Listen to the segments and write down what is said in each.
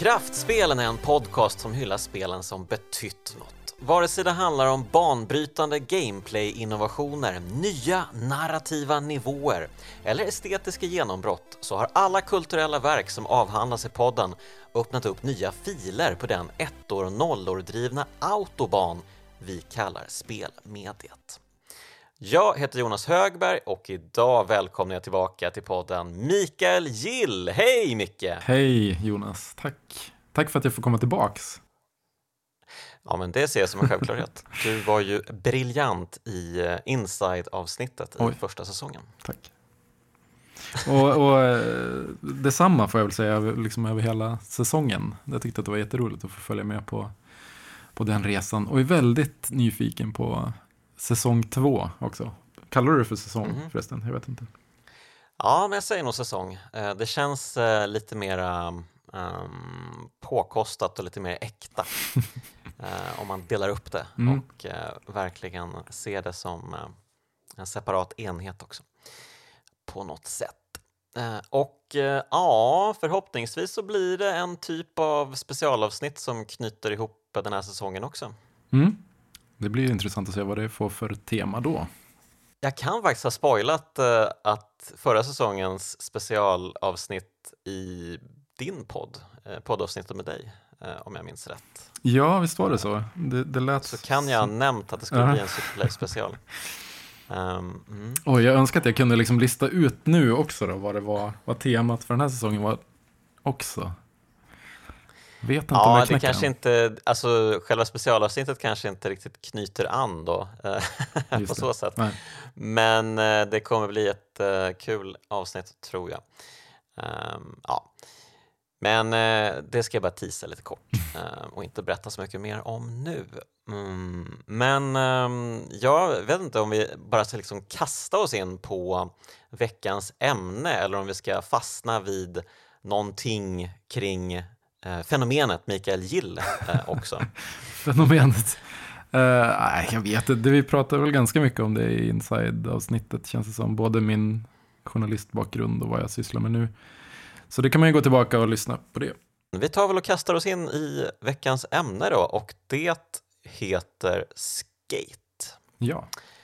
Kraftspelen är en podcast som hyllar spelen som betytt något. Vare sig det handlar om banbrytande gameplay-innovationer, nya narrativa nivåer eller estetiska genombrott, så har alla kulturella verk som avhandlas i podden öppnat upp nya filer på den ettor- och nollor-drivna autobahn vi kallar spelmediet. Jag heter Jonas Högberg och idag välkomnar jag tillbaka till podden Mikael Gill. Hej Micke! Hej Jonas, tack. Tack för att jag får komma tillbaks. Ja, men det ser jag som en självklarhet. Du var ju briljant i Inside-avsnittet i första säsongen. Tack. Och detsamma får jag väl säga liksom över hela säsongen. Jag tyckte att det var jätteroligt att få följa med på den resan. Och är väldigt nyfiken på säsong 2 också. Kallar du det för säsong förresten? Jag vet inte. Ja, men jag säger nog säsong. Det känns lite mer påkostat och lite mer äkta. Om man delar upp det och verkligen ser det som en separat enhet också. På något sätt. Ja, förhoppningsvis så blir det en typ av specialavsnitt som knyter ihop den här säsongen också. Det blir intressant att se vad det får för tema då. Jag kan faktiskt ha spoilat att förra säsongens specialavsnitt i din poddavsnittet med dig, om jag minns rätt. Ja, visst var det så. Det lät så kan jag ha nämnt att det skulle bli en Superplay special. Jag önskar att jag kunde liksom lista ut nu också då, vad temat för den här säsongen var också. Vet inte om jag det kanske inte, alltså själva specialavsnittet kanske inte riktigt knyter an då på så sätt. Nej. Men det kommer bli ett kul avsnitt tror jag. Men det ska jag bara teasa lite kort och inte berätta så mycket mer om nu. Men jag vet inte om vi bara ska liksom kasta oss in på veckans ämne eller om vi ska fastna vid någonting kring fenomenet Mikael Gill också. Fenomenet? Nej, jag vet inte. Vi pratar väl ganska mycket om det i Inside-avsnittet, känns det som. Både min journalistbakgrund och vad jag sysslar med nu. Så det kan man ju gå tillbaka och lyssna på det. Vi tar väl och kastar oss in i veckans ämne då, och det heter Skate. Ja.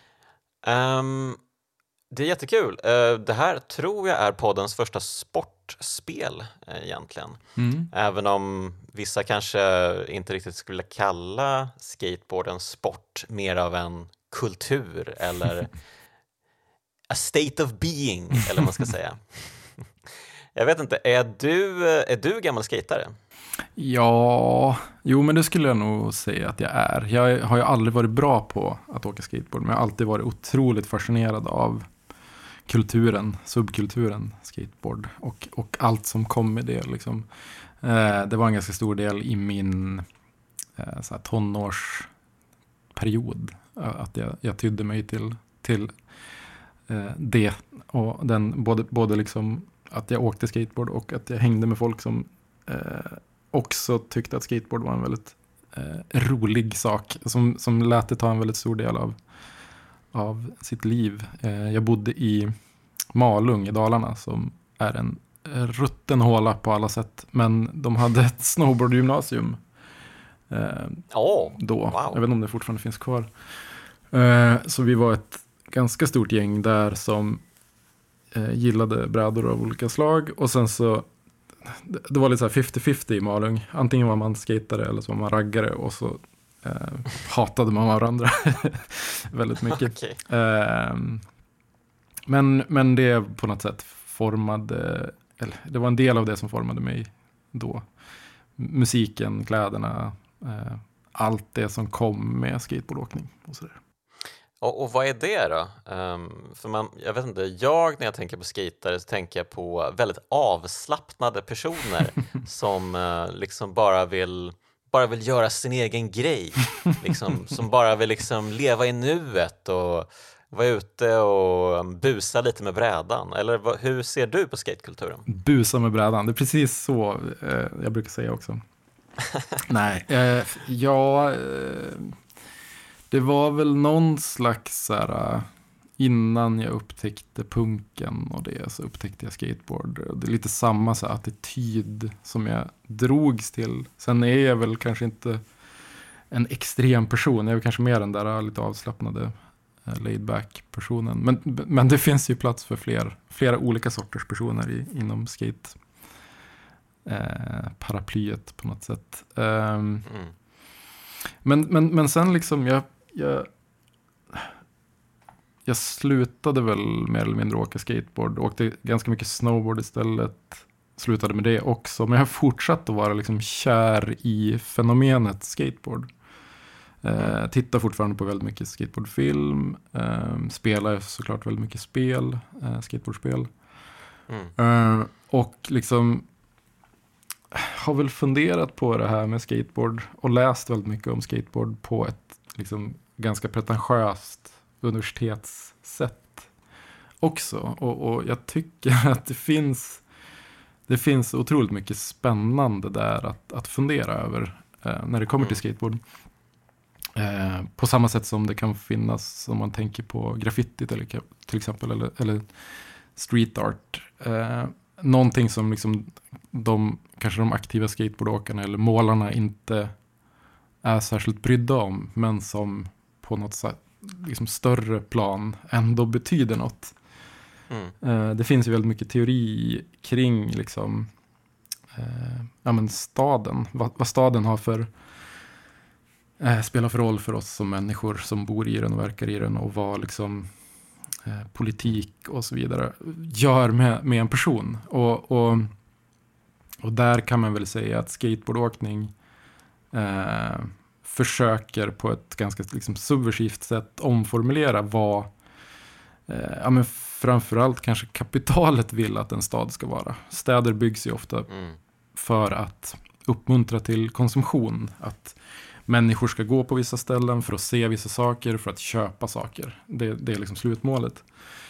Det är jättekul. Det här tror jag är poddens första sportspel egentligen. Även om vissa kanske inte riktigt skulle kalla skateboard en sport, mer av en kultur eller a state of being, eller vad man ska säga. Jag vet inte, är du gammal skatare? Ja, men det skulle jag nog säga att jag är. Jag har ju aldrig varit bra på att åka skateboard, men jag har alltid varit otroligt fascinerad av subkulturen skateboard och allt som kom med det liksom. Det var en ganska stor del i min så här tonårsperiod att jag tydde mig till det och den både liksom att jag åkte skateboard och att jag hängde med folk som också tyckte att skateboard var en väldigt rolig sak som lät det ta en väldigt stor del av sitt liv. Jag bodde i Malung i Dalarna som är en rutten håla på alla sätt, men de hade ett snowboardgymnasium då. Wow. Jag vet inte om det fortfarande finns kvar. Så vi var ett ganska stort gäng där som gillade brädor av olika slag, och sen så det var lite så här 50-50 i Malung. Antingen var man skatare eller så var man raggare, och så hatade man varandra väldigt mycket. Okay. Men det på något sätt formade, eller det var en del av det som formade mig då. Musiken, kläderna, allt det som kom med skateboardåkning och sådär. Och vad är det då? För jag vet inte, när jag tänker på skatare så tänker jag på väldigt avslappnade personer som liksom bara vill göra sin egen grej. Liksom, som bara vill liksom leva i nuet och vara ute och busa lite med brädan. Eller hur ser du på skatekulturen? Busa med brädan, det är precis så jag brukar säga också. Nej, det var väl någon slags innan jag upptäckte punken och det, så upptäckte jag skateboard. Det är lite samma så här attityd som jag drogs till. Sen är jag väl kanske inte en extrem person. Jag är kanske mer den där lite avslappnade laid-back personen. Men det finns ju plats för flera olika sorters personer inom skate paraplyet på något sätt. Men sen liksom jag slutade väl mer eller mindre åka skateboard. Åkte ganska mycket snowboard istället. Slutade med det också. Men jag har fortsatt att vara liksom kär i fenomenet skateboard. Tittar fortfarande på väldigt mycket skateboardfilm. Spelar såklart väldigt mycket skateboardspel. Och liksom har väl funderat på det här med skateboard och läst väldigt mycket om skateboard på ett liksom ganska pretentiöst universitetssätt också. Och jag tycker att det finns otroligt mycket spännande där att fundera över när det kommer till skateboard. På samma sätt som det kan finnas om man tänker på graffiti till exempel eller street art. Någonting som liksom kanske de aktiva skateboardåkarna eller målarna inte är särskilt brydda om, men som på något sätt liksom större plan ändå betyder något. Det finns ju väldigt mycket teori kring liksom staden, vad staden har spelar för roll för oss som människor som bor i den och verkar i den, och vad liksom politik och så vidare gör med en person. Och där kan man väl säga att skateboardåkning försöker på ett ganska liksom subversivt sätt omformulera vad framförallt kanske kapitalet vill att en stad ska vara. Städer byggs ju ofta för att uppmuntra till konsumtion. Att människor ska gå på vissa ställen för att se vissa saker, för att köpa saker. Det är liksom slutmålet.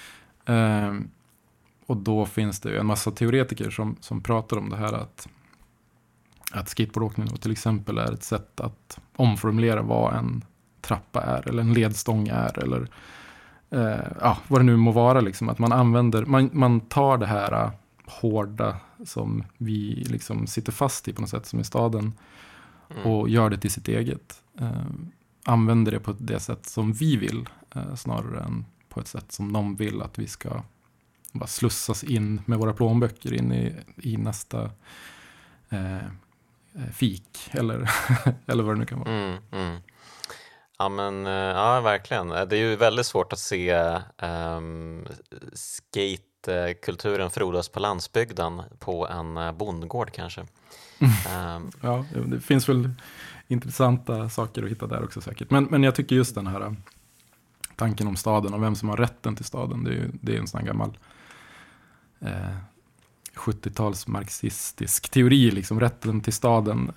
Och då finns det en massa teoretiker som pratar om det här att skateboardåkning till exempel är ett sätt att omformulera vad en trappa är, eller en ledstång är, eller vad det nu må vara. Liksom. Att man tar det här hårda som vi liksom sitter fast i på något sätt, som i staden, och gör det till sitt eget. Använder det på det sätt som vi vill, snarare än på ett sätt som de vill att vi ska bara slussas in med våra plånböcker in i nästa fik eller eller vad det nu kan vara. Ja, men ja, verkligen. Det är ju väldigt svårt att se skatekulturen frodas på landsbygden på en bondgård kanske. Ja, det finns väl intressanta saker att hitta där också säkert. Men jag tycker just den här tanken om staden och vem som har rätten till staden, det är en sån här gammal 70-tals marxistisk teori, liksom rätten till staden.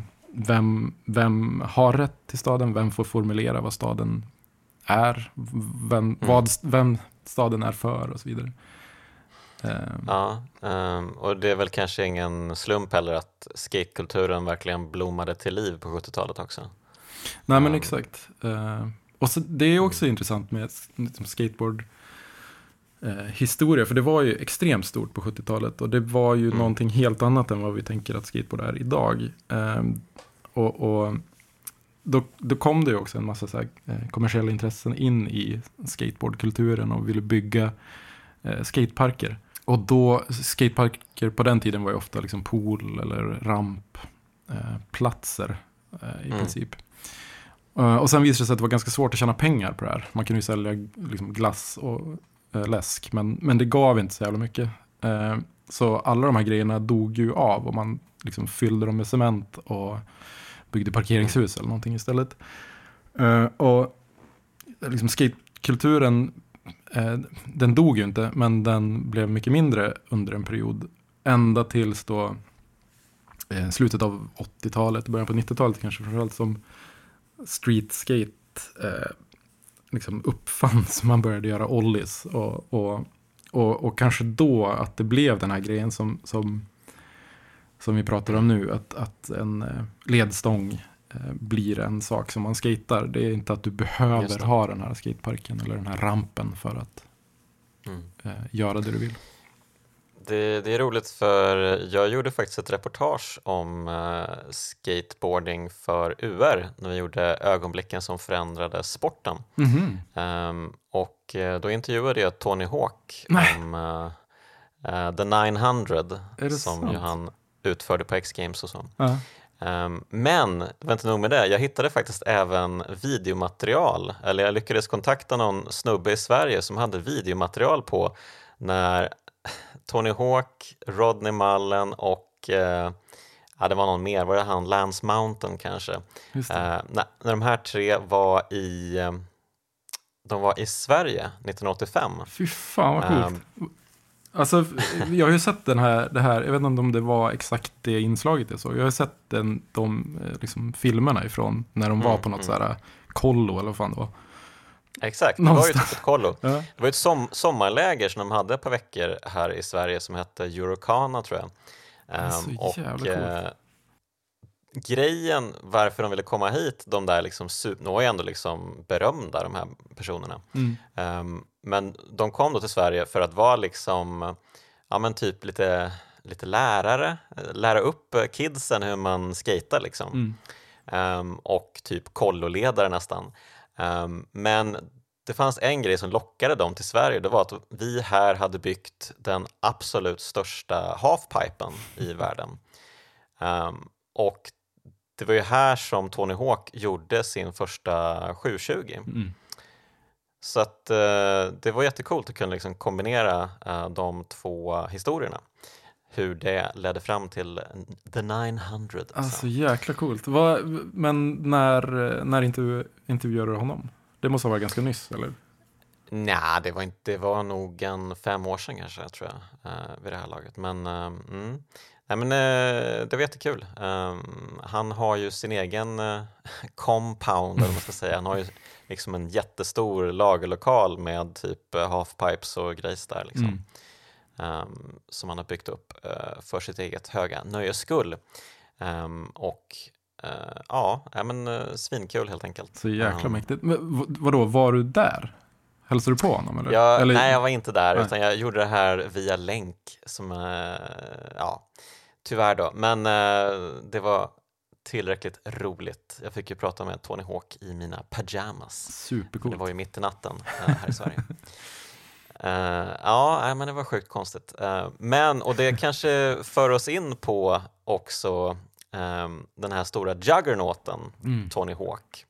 Vem har rätt till staden? Vem får formulera vad staden är? Vem staden är för och så vidare. Ja, och det är väl kanske ingen slump heller att skatekulturen verkligen blommade till liv på 70-talet också. Nej, men exakt. Och så, det är också intressant med skateboard historia, för det var ju extremt stort på 70-talet och det var ju någonting helt annat än vad vi tänker att skateboard är idag. Och då kom det ju också en massa så här, kommersiella intressen in i skateboardkulturen och ville bygga skateparker. Och då, skateparker på den tiden var ju ofta liksom pool eller rampplatser i princip. Och sen visade det sig att det var ganska svårt att tjäna pengar på det här. Man kunde ju sälja liksom glass och läsk, men det gav inte så jävla mycket. Så alla de här grejerna dog ju av och man liksom fyllde dem med cement och byggde parkeringshus eller någonting istället. Och liksom skatekulturen, den dog ju inte, men den blev mycket mindre under en period. Ända tills då slutet av 80-talet, början på 90-talet kanske, framförallt som street skate liksom uppfanns. Man började göra ollies och kanske då att det blev den här grejen som vi pratar om nu, att en ledstång blir en sak som man skater. Det är inte att du behöver ha den här skateparken eller den här rampen för att göra det du vill. Det är roligt för jag gjorde faktiskt ett reportage om skateboarding för UR när vi gjorde ögonblicken som förändrade sporten. Och då intervjuade jag Tony Hawk om The 900 som ju han utförde på X-Games och så. Men det var inte nog med det. Jag hittade faktiskt även videomaterial, eller jag lyckades kontakta någon snubbe i Sverige som hade videomaterial på när Tony Hawk, Rodney Mullen och det var någon mer, var det han Lance Mountain kanske? När de här tre var i Sverige 1985. Fy fan vad coolt. Alltså, jag har ju sett det här, jag vet inte om det var exakt det inslaget jag såg. Jag har sett de liksom, filmerna ifrån när de var på något så här kollo eller vad fan det var. Exakt, det var ju typ ett kollo. Det var ett sommarläger som de hade ett par veckor här i Sverige som hette Eurocana tror jag. Så jävla coolt. Grejen varför de ville komma hit, de där liksom, nu var ju ändå liksom berömda de här personerna. Men de kom då till Sverige för att vara liksom, ja men typ lite lärare, lära upp kidsen hur man skater liksom. Och typ kolloledare nästan. Men det fanns en grej som lockade dem till Sverige. Det var att vi här hade byggt den absolut största halfpipen i världen. Och det var ju här som Tony Hawk gjorde sin första 720. Så att det var jättekult att kunna liksom kombinera de två historierna. Hur det ledde fram till The 900. Alltså jäkla coolt. Men när intervjuade du honom? Det måste ha varit ganska nyss, eller? Nej, det var nog 5 år sedan kanske, tror jag, vid det här laget. Men, nej, men det var jättekul. Han har ju sin egen compound, eller vad man ska säga. Han har ju liksom en jättestor lagerlokal med typ halfpipes och grejs där liksom. Som han har byggt upp för sitt eget höga nöjes skull. Svinkul helt enkelt. Så jäkla mäktigt. Men vadå, var du där? Hälsade du på honom? Eller? Nej, jag var inte där, utan jag gjorde det här via länk som, tyvärr då. Men det var tillräckligt roligt. Jag fick ju prata med Tony Hawk i mina pajamas. Supercoolt. Det var ju mitt i natten här i Sverige. Men det var sjukt konstigt. Och det kanske för oss in på också den här stora juggernauten Tony Hawk.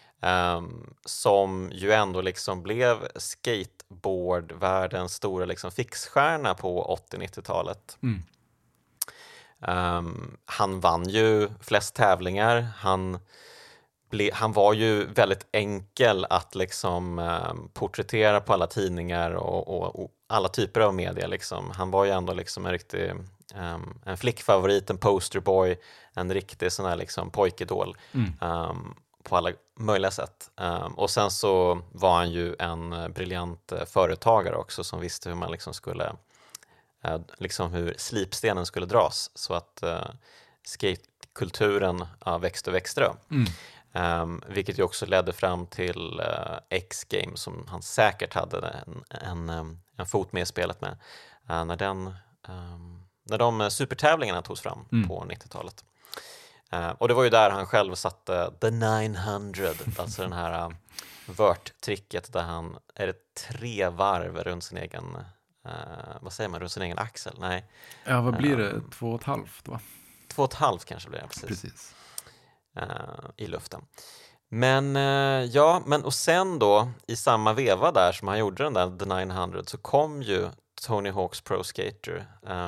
Som ju ändå liksom blev skateboardvärldens stora liksom fixstjärna på 80-90-talet. Han vann ju flest tävlingar. Han var ju väldigt enkel att liksom porträttera på alla tidningar och alla typer av media liksom. Han var ju ändå liksom en riktig en flickfavorit, en posterboy, en riktig sån här liksom pojkidol på alla möjliga sätt. Och sen så var han ju en briljant företagare också som visste hur man liksom skulle liksom hur slipstenen skulle dras så att skatekulturen växte. Vilket ju också ledde fram till X-Games som han säkert hade en fot med i spelet med när de supertävlingarna togs fram på 90-talet. Och det var ju där han själv satte The 900, alltså den här vörttricket där han är det 3 varv runt sin egen runt sin egen axel? Nej. Ja, vad blir det? 2,5 va? 2,5 kanske blir det, precis. I luften. Men och sen då i samma veva där som han gjorde den där The 900 så kom ju Tony Hawk's Pro Skater,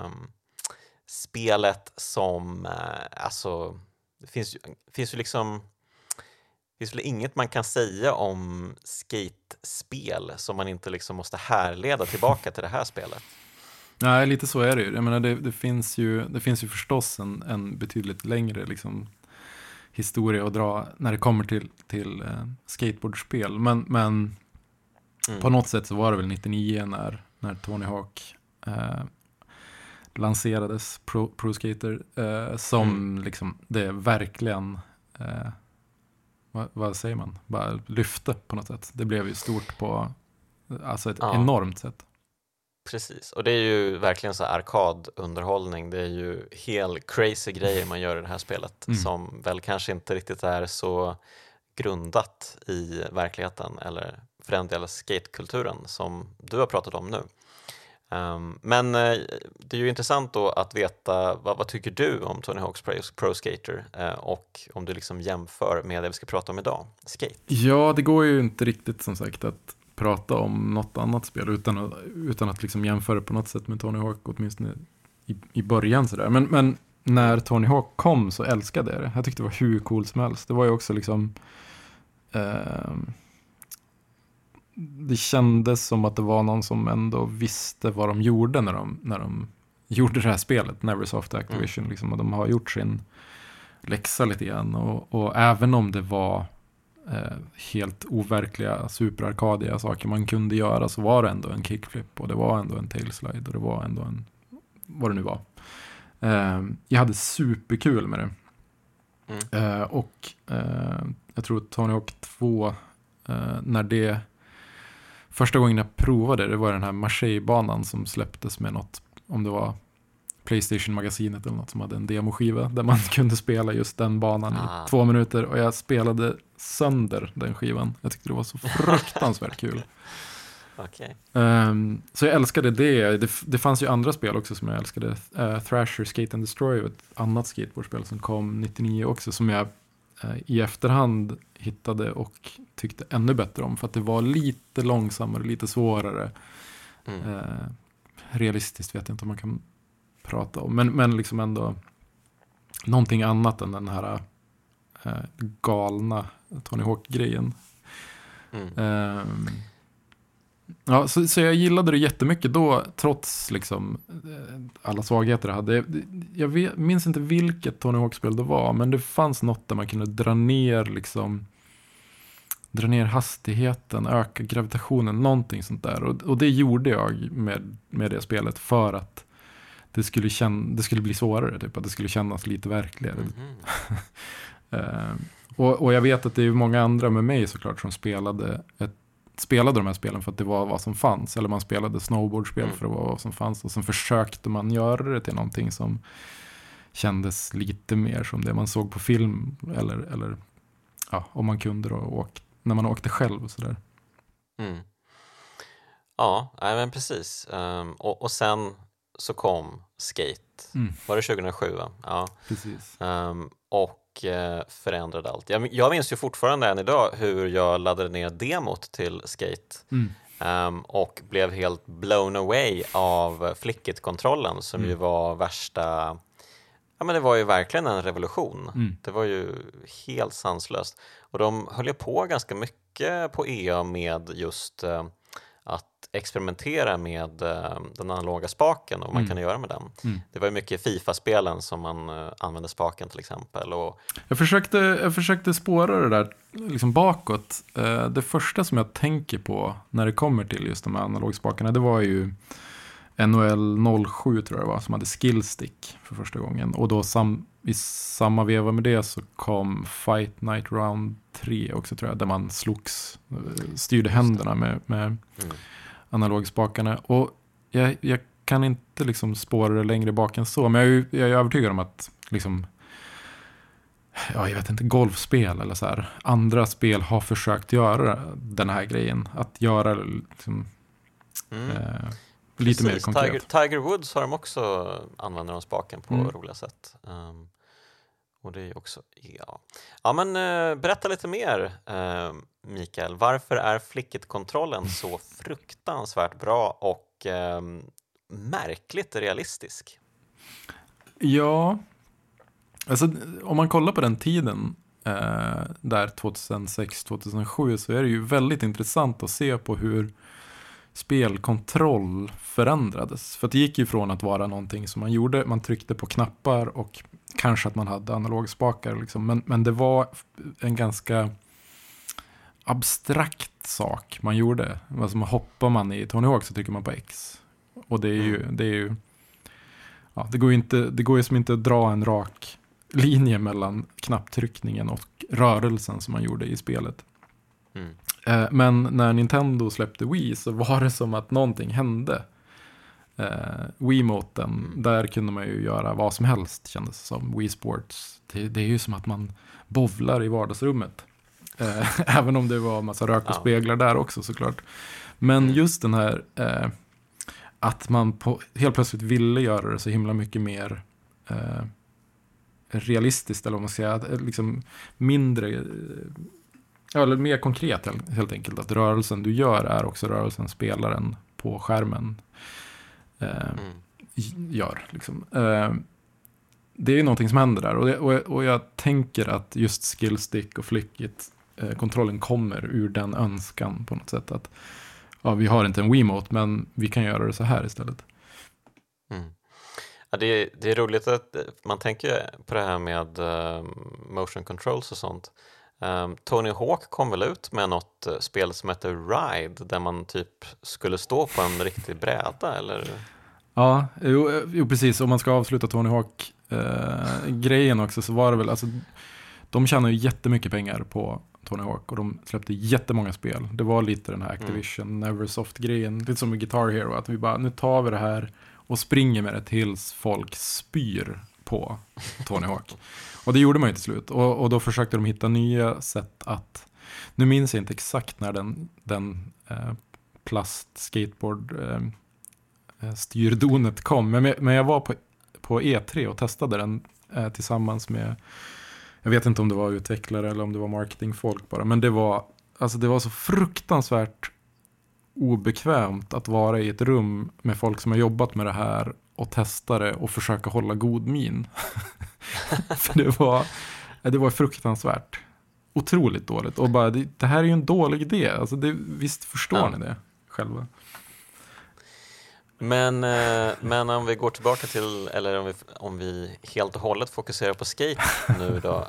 spelet som det finns ju liksom det finns väl inget man kan säga om skatespel som man inte liksom måste härleda tillbaka till det här spelet. Nej, lite så är det ju. Jag menar, det finns ju förstås en betydligt längre liksom historia att dra när det kommer till skateboardspel. Men på något sätt så var det väl 99 när Tony Hawk lanserades Pro Skater som liksom det verkligen vad säger man? Bara lyfte på något sätt. Det blev ju stort på alltså ett Ja. enormt sätt. Precis, och det är ju verkligen så här arkadunderhållning. Det är ju helt crazy grejer man gör i det här spelet som väl kanske inte riktigt är så grundat i verkligheten eller för den delen skatekulturen som du har pratat om nu. Men det är ju intressant då att veta vad tycker du om Tony Hawk's Pro Skater och om du liksom jämför med det vi ska prata om idag, skate. Ja, det går ju inte riktigt som sagt att prata om något annat spel utan att liksom jämföra på något sätt med Tony Hawk, åtminstone i början sådär. Men när Tony Hawk kom så älskade jag det. Jag tyckte det var hur coolt som helst. Det var ju också liksom det kändes som att det var någon som ändå visste vad de gjorde när de gjorde det här spelet, Neversoft Activision liksom, och de har gjort sin läxa lite grann och även om det var helt overkliga superarkadiga saker man kunde göra så var det ändå en kickflip och det var ändå en tailslide och det var ändå en vad det nu var. Jag hade superkul med det. Och jag tror Tony Hawk 2 när det första gången jag provade det var den här Marseille-banan som släpptes med något, om det var PlayStation-magasinet eller något som hade en demoskiva där man kunde spela just den banan i 2 minuter och jag spelade sönder den skivan. Jag tyckte det var så fruktansvärt kul. Okay. Så jag älskade det. Det fanns ju andra spel också som jag älskade. Thrasher, Skate and Destroy, ett annat skateboardspel som kom 99 också som jag i efterhand hittade och tyckte ännu bättre om för att det var lite långsammare, lite svårare. Realistiskt vet jag inte om man kan prata om, men liksom ändå någonting annat än den här galna Tony Hawk-grejen. Ja, så jag gillade det jättemycket då, trots liksom alla svagheter det hade. Jag minns inte vilket Tony Hawk-spel det var, men det fanns något där man kunde dra ner hastigheten, öka gravitationen, någonting sånt där. Och det gjorde jag med det spelet för att det skulle bli svårare, typ, att det skulle kännas lite verkligare. Och jag vet att det är många andra med mig såklart som spelade de här spelen för att det var vad som fanns. Eller man spelade snowboardspel för att det var vad som fanns. Och sen försökte man göra det till någonting som kändes lite mer som det man såg på film. Eller ja, om man kunde då när man åkte själv och sådär. Ja, men precis. Och sen så kom Skate. Var det 2007? Va? Ja, precis. Och förändrade allt. Jag minns ju fortfarande än idag hur jag laddade ner demot till Skate och blev helt blown away av flickit-kontrollen som ju var värsta. Ja, men det var ju verkligen en revolution. Det var ju helt sanslöst. Och de höll ju på ganska mycket på EA med just att experimentera med den analoga spaken och vad man kan göra med den. Det var ju mycket FIFA-spelen som man använde spaken till exempel. Och Jag försökte spåra det där liksom bakåt. Det första som jag tänker på när det kommer till just de här analogspakarna, det var ju NHL 07 tror jag det var, som hade skillstick för första gången. Och då i samma veva med det så kom Fight Night Round 3 också tror jag, där man styrde händerna med analogspakarna. Och jag kan inte liksom spåra det längre bak än så, men jag är övertygad om att liksom, ja, jag vet inte, golfspel eller så här, andra spel har försökt göra den här grejen, att göra liksom, lite mer konkret. Tiger Woods har de också, använder de spaken på roliga sätt. Och det är också, ja men berätta lite mer, Mikael. Varför är flickit-kontrollen så fruktansvärt bra och märkligt realistisk? Ja, alltså om man kollar på den tiden där 2006-2007 så är det ju väldigt intressant att se på hur spelkontroll förändrades. För det gick ju från att vara någonting som man gjorde, man tryckte på knappar och kanske att man hade analogspakar liksom. Men det var en ganska abstrakt sak man gjorde. Alltså hoppar man i Tony Hawk så trycker man på X. Och det är ju ja, det går ju som inte att dra en rak linje mellan knapptryckningen rörelsen som man gjorde i spelet. Men när Nintendo släppte Wii så var det som att någonting hände. Wiimoten, där kunde man ju göra vad som helst, kändes det som. Wii Sports, det är ju som att man bowlar i vardagsrummet. Även om det var en massa rök och speglar där också såklart. Men just den här att man helt plötsligt ville göra det så himla mycket mer realistiskt, eller vad man ska säga, liksom mindre, eller mer konkret helt enkelt, att rörelsen du gör är också rörelsen spelaren på skärmen gör liksom. Det är ju någonting som händer där, och jag tänker att just skillstick och flickit kontrollen kommer ur den önskan på något sätt, att vi har inte en Wiimote, men vi kan göra det så här istället. Ja, det är roligt att man tänker på det här med motion controls och sånt. Tony Hawk kom väl ut med något spel som heter Ride, där man typ skulle stå på en riktig bräda, eller? Ja, jo precis. Om man ska avsluta Tony Hawk-grejen också, så var det väl, alltså, de tjänar ju jättemycket pengar på Tony Hawk, och de släppte jättemånga spel. Det var lite den här Activision, Neversoft-grejen, lite som med Guitar Hero, att vi bara, nu tar vi det här och springer med det tills folk spyr på Tony Hawk. Och det gjorde man ju till slut. Och då försökte de hitta nya sätt att, nu minns jag inte exakt när den plast-skateboard styrdonet kom, men jag var på E3 och testade den tillsammans med, jag vet inte om det var utvecklare eller om det var marketingfolk bara, men det var så fruktansvärt obekvämt att vara i ett rum med folk som har jobbat med det här och testa det och försöka hålla god min. För det var fruktansvärt. Otroligt dåligt. Och bara, det här är ju en dålig idé. Alltså visst förstår ni det själva. Men om vi går tillbaka till, eller om vi helt och hållet fokuserar på skate nu då.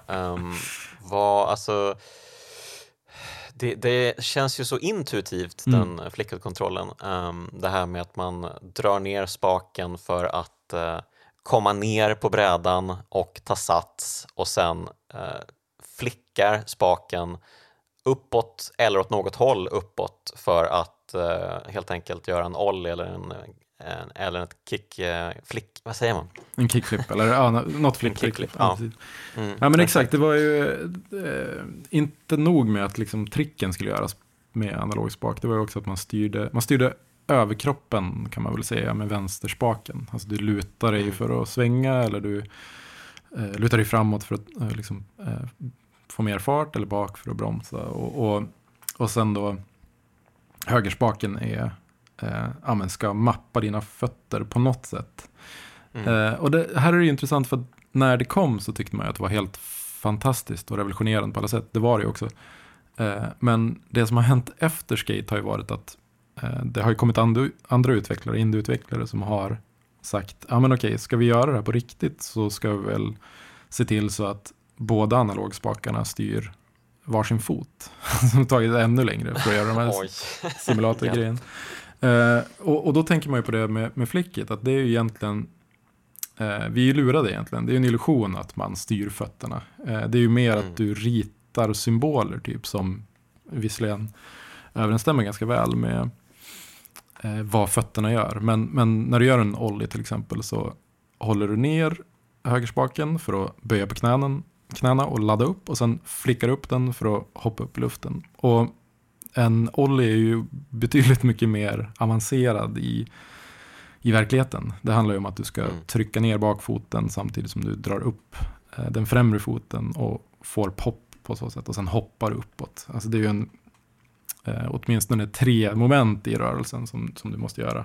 Det känns ju så intuitivt, den flickkontrollen. Det här med att man drar ner spaken för att komma ner på brädan och ta sats, och sen flickar spaken uppåt eller åt något håll uppåt för att helt enkelt göra en ollie eller en flick, vad säger man? En kickflip, eller något flip. Kickflip, ja. Ja, men exakt, det var ju inte nog med att liksom tricken skulle göras med analog spak. Det var ju också att man styrde överkroppen, kan man väl säga, med vänsterspaken. Alltså du lutar dig för att svänga, eller du lutar dig framåt för att liksom, få mer fart, eller bak för att bromsa. Och sen då högerspaken är ska mappa dina fötter på något sätt. Och det här är ju intressant, för att när det kom så tyckte man att det var helt fantastiskt och revolutionerande på alla sätt. Det var det ju också. Men det som har hänt efter skate har ju varit att det har ju kommit andra utvecklare, indie-utvecklare, som har sagt, men okej, ska vi göra det här på riktigt så ska vi väl se till så att båda analogspakarna styr varsin fot. Som har tagit det ännu längre för att göra de här simulatorgrejen. Och då tänker man ju på det med flicket, att det är ju egentligen vi är ju lurade egentligen. Det är ju en illusion att man styr fötterna. Det är ju mer att du ritar symboler typ, som visserligen överensstämmer ganska väl med vad fötterna gör. Men när du gör en ollie till exempel, så håller du ner högerspaken för att böja på knäna och ladda upp, och sen flickar upp den för att hoppa upp i luften. Och en ollie är ju betydligt mycket mer avancerad i verkligheten. Det handlar ju om att du ska trycka ner bakfoten samtidigt som du drar upp den främre foten och får pop på så sätt, och sen hoppar uppåt. Alltså det är ju åtminstone 3 moment i rörelsen som du måste göra.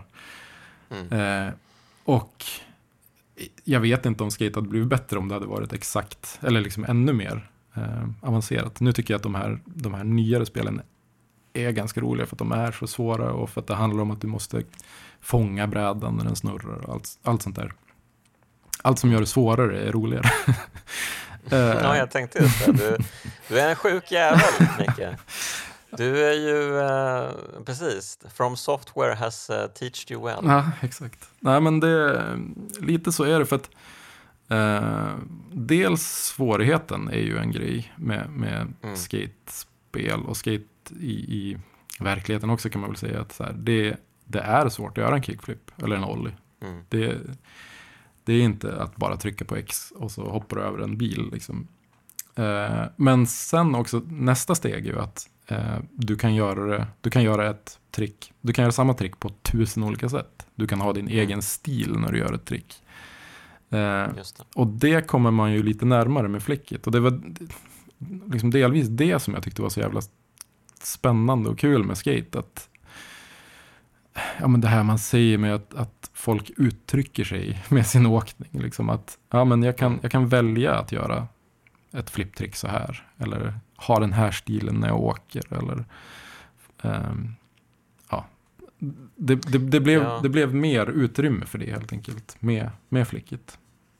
Och jag vet inte om skate hade blivit bättre om det hade varit exakt, eller liksom ännu mer avancerat. Nu tycker jag att de här nyare spelen är ganska roliga för att de är så svåra, och för att det handlar om att du måste fånga brädan när den snurrar och allt sånt där. Allt som gör det svårare är roligare. Ja, jag tänkte just det. Du är en sjuk jävel, Micke. Du är ju precis, From Software has teached you well. Ja, exakt. Nej, men lite så är det, för att Dels svårigheten är ju en grej med skatespel och skate i verkligheten också, kan man väl säga att så här, det är svårt att göra en kickflip eller en ollie. Det är inte att bara trycka på X och så hoppar du över en bil liksom. Men sen också nästa steg är ju att du kan göra ett trick. Du kan göra samma trick på 1000 olika sätt. Du kan ha din egen stil när du gör ett trick. Just det. Och det kommer man ju lite närmare med flickit. Och det var liksom delvis det som jag tyckte var så jävla spännande och kul med skate. Att, ja, men det här man säger med att folk uttrycker sig med sin åkning. Liksom att ja, men jag kan välja att göra ett flipptrick så här. Eller ha den här stilen när jag åker. Eller, ja. Det blev mer utrymme för det helt enkelt med flickit.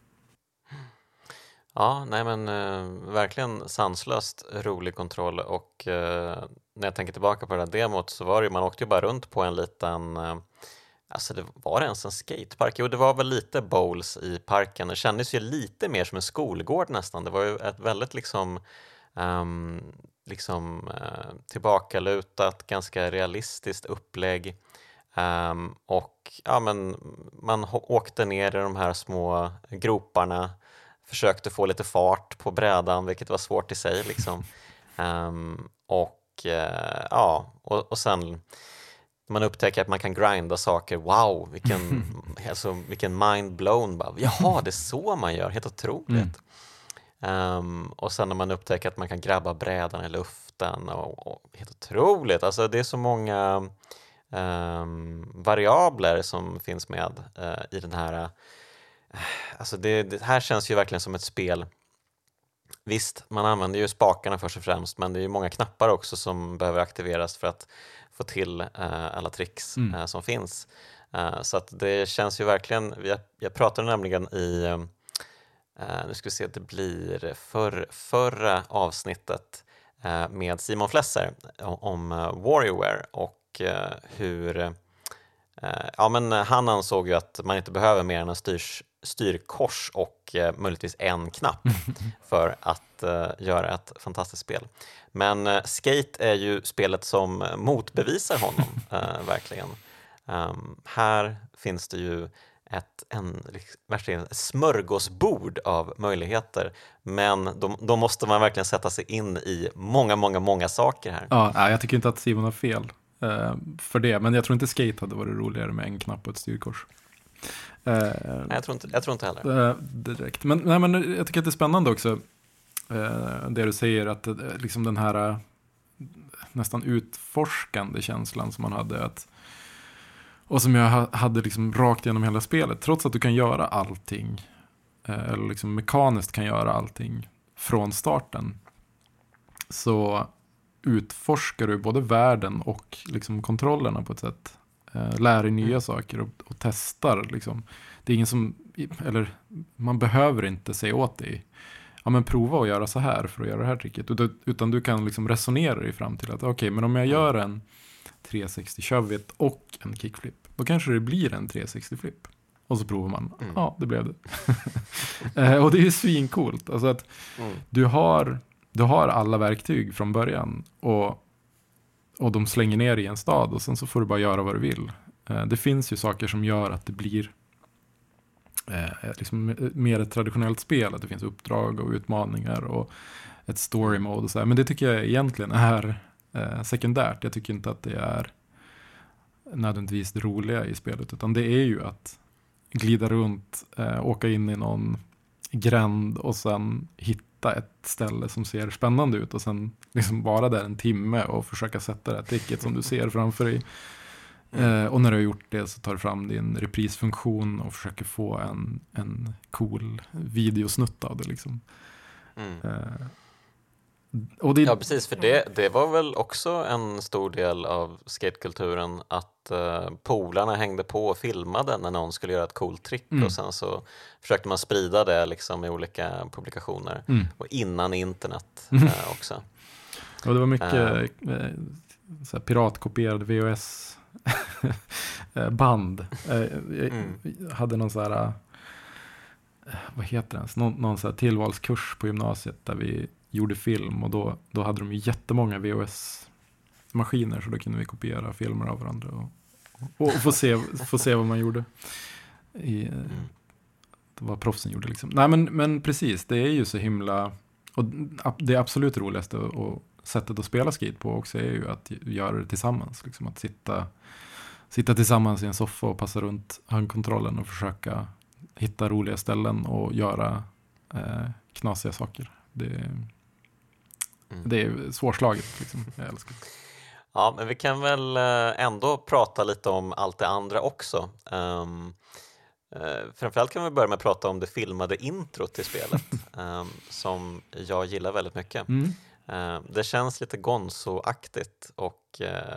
Ja, nej men verkligen sanslöst rolig kontroll, och när jag tänker tillbaka på det där demot så var det ju, man åkte ju bara runt på en liten, alltså det var det ens en skatepark? Jo, det var väl lite bowls i parken. Det kändes ju lite mer som en skolgård nästan. Det var ju ett väldigt tillbakalutat, ganska realistiskt upplägg. Och ja, men man åkte ner i de här små groparna, försökte få lite fart på brädan, vilket var svårt i sig liksom. Och sen man upptäcker att man kan grinda saker. Wow, vilken mind blown. Bara, jaha, det är så man gör, helt otroligt. Och sen när man upptäcker att man kan grabba brädan i luften, och helt otroligt. Alltså det är så många variabler som finns med i den här. Alltså det här känns ju verkligen som ett spel. Visst, man använder ju spakarna först och främst, men det är ju många knappar också som behöver aktiveras för att få till alla tricks som finns. Så att det känns ju verkligen, jag pratade nämligen i nu ska vi se, det blir förra avsnittet med Simon Flesser om WarioWare, och hur men han ansåg ju att man inte behöver mer än en styrkors och möjligtvis en knapp för att göra ett fantastiskt spel. Men Skate är ju spelet som motbevisar honom verkligen. Här finns det ju verkligen ett smörgåsbord av möjligheter, men då måste man verkligen sätta sig in i många saker här. Ja, jag tycker inte att Simon har fel för det, men jag tror inte Skate hade varit roligare med en knapp och ett styrkors. Nej, jag tror inte heller. Direkt. Men jag tycker att det är spännande också det du säger, att liksom den här nästan utforskande känslan som man hade, och som jag hade liksom rakt genom hela spelet, trots att du kan göra allting eller liksom mekaniskt kan göra allting från starten, så utforskar du både världen och liksom kontrollerna på ett sätt. Lär dig nya saker och testar liksom. Det är ingen som, eller man behöver inte säga åt dig, ja men prova att göra så här för att göra det här tricket, utan du kan liksom resonera dig fram till att okej, men om jag gör en 360 shove-it och en kickflip, då kanske det blir en 360 flip. Och så provar man. Ja, det blev det. Och det är ju svincoolt. Alltså att du har alla verktyg från början, och de slänger ner i en stad, och sen så får du bara göra vad du vill. Det finns ju saker som gör att det blir liksom mer ett traditionellt spel, att det finns uppdrag och utmaningar och ett story mode och så här. Men det tycker jag egentligen är sekundärt. Jag tycker inte att det är nödvändigtvis det roliga i spelet, utan det är ju att glida runt, åka in i någon gränd och sen hitta ett ställe som ser spännande ut, och sen liksom vara där en timme och försöka sätta det här tricket som du ser framför dig. Och när du har gjort det så tar du fram din reprisfunktion och försöker få en cool videosnutt av det liksom. Och ja, precis, för det var väl också en stor del av skatekulturen, att polarna hängde på och filmade när någon skulle göra ett coolt trick, och sen så försökte man sprida det liksom i olika publikationer, och innan internet också. Och det var mycket så här piratkopierade VHS band. Jag hade någon så här vad heter det ens? Någon så här tillvalskurs på gymnasiet där vi gjorde film, och då hade de ju jättemånga VHS-maskiner, så då kunde vi kopiera filmer av varandra och få se vad man gjorde. Vad proffsen gjorde liksom. Nej, men precis, det är ju så himla, och det absolut roligaste och sättet att spela skate på också är ju att göra det tillsammans, liksom att sitta tillsammans i en soffa och passa runt handkontrollen och försöka hitta roliga ställen och göra knasiga saker. Det är svårslaget liksom. Jag älskar det. Ja, men vi kan väl ändå prata lite om allt det andra också. Framförallt kan vi börja med att prata om det filmade introt till spelet som jag gillar väldigt mycket. Det känns lite Gonzo-aktigt och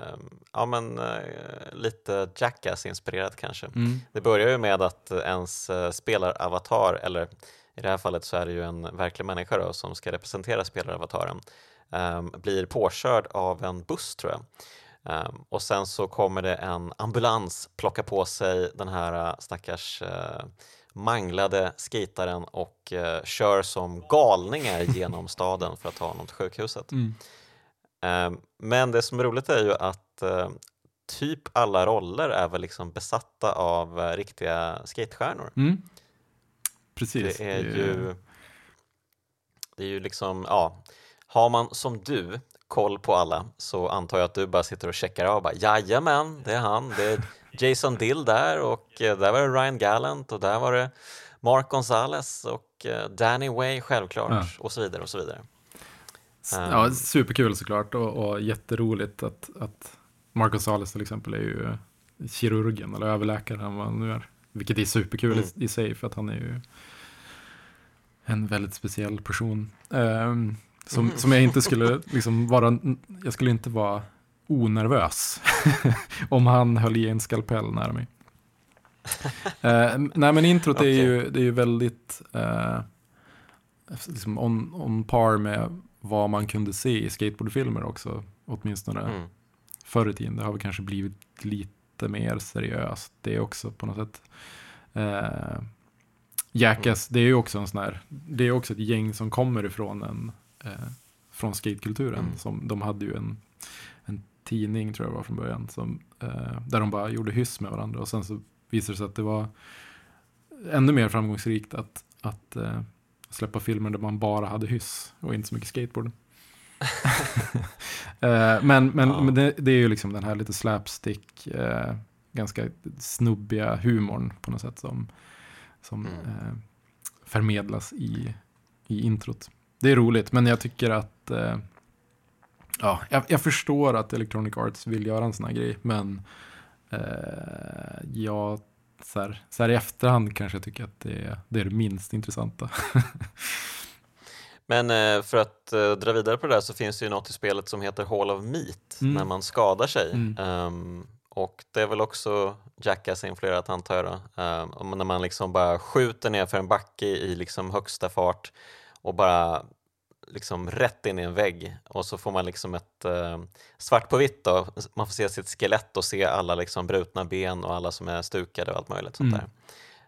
lite Jackass-inspirerat kanske. Det börjar ju med att ens spelaravatar, eller i det här fallet så är det ju en verklig människa då, som ska representera spelaravataren, blir påkörd av en buss, tror jag. Och sen så kommer det en ambulans plocka på sig den här stackars manglade skataren och kör som galningar genom staden för att ta honom till sjukhuset. Men det som är roligt är ju att typ alla roller är väl liksom besatta av riktiga skatestjärnor. Precis. Det är ju liksom, ja, har man som du koll på alla, så antar jag att du bara sitter och checkar av, bara, jajamän, det är han, det är Jason Dill där, och där var det Ryan Gallant, och där var det Mark Gonzalez och Danny Way självklart, och så vidare och så vidare. Ja, superkul såklart, och jätteroligt att Mark Gonzalez till exempel är ju kirurgen eller överläkaren, vad han nu är, vilket är superkul i sig, för att han är ju en väldigt speciell person. Som jag inte skulle liksom vara, jag skulle inte vara onervös om han höll i en skalpell nära mig. Nej, men introt det är ju väldigt liksom on par med vad man kunde se i skateboardfilmer också, åtminstone förr i tiden. Det har väl kanske blivit lite mer seriöst det är också på något sätt. Jackass, det är ju också en sån här, det är också ett gäng som kommer ifrån från skatekulturen. Som de hade ju en tidning, tror jag var från början, som, där de bara gjorde hyss med varandra, och sen så visade det sig att det var ännu mer framgångsrikt att släppa filmer där man bara hade hyss och inte så mycket skateboard. Men det är ju liksom den här lite slapstick, ganska snubbiga humorn på något sätt som förmedlas i introt. Det är roligt, men jag tycker att jag förstår att Electronic Arts vill göra en sån här grej, men jag så här i efterhand kanske jag tycker att det är det minst intressanta. Men för att dra vidare på det där, så finns det ju något i spelet som heter Hall of Meat, när man skadar sig. Och det är väl också Jackass-influerat, antar jag då. När man liksom bara skjuter ner för en backe i liksom högsta fart och bara liksom rätt in i en vägg, och så får man liksom ett svart på vitt då. Man får se sitt skelett och se alla liksom brutna ben och alla som är stukade och allt möjligt sånt där.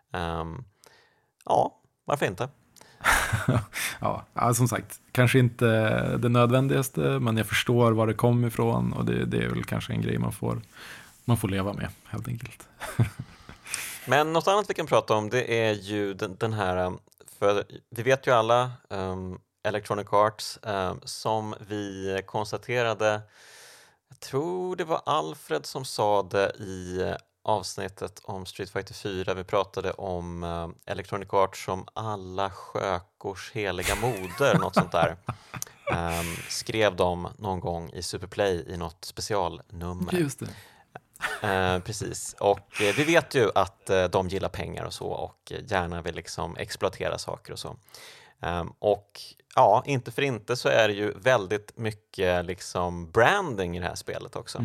Ja, varför inte? Ja, som sagt, kanske inte det nödvändigaste, men jag förstår var det kom ifrån, och det är väl kanske en grej man får leva med, helt enkelt. Men något annat vi kan prata om, det är ju den här, för vi vet ju alla Electronic Arts, som vi konstaterade, jag tror det var Alfred som sa det i avsnittet om Street Fighter 4, vi pratade om Electronic Arts som alla skökors heliga moder, något sånt där. Skrev de någon gång i Superplay i något specialnummer. Just det. Precis, och vi vet ju att de gillar pengar och så, och gärna vill liksom exploatera saker och så. Och ja, inte för inte så är det ju väldigt mycket liksom branding i det här spelet också.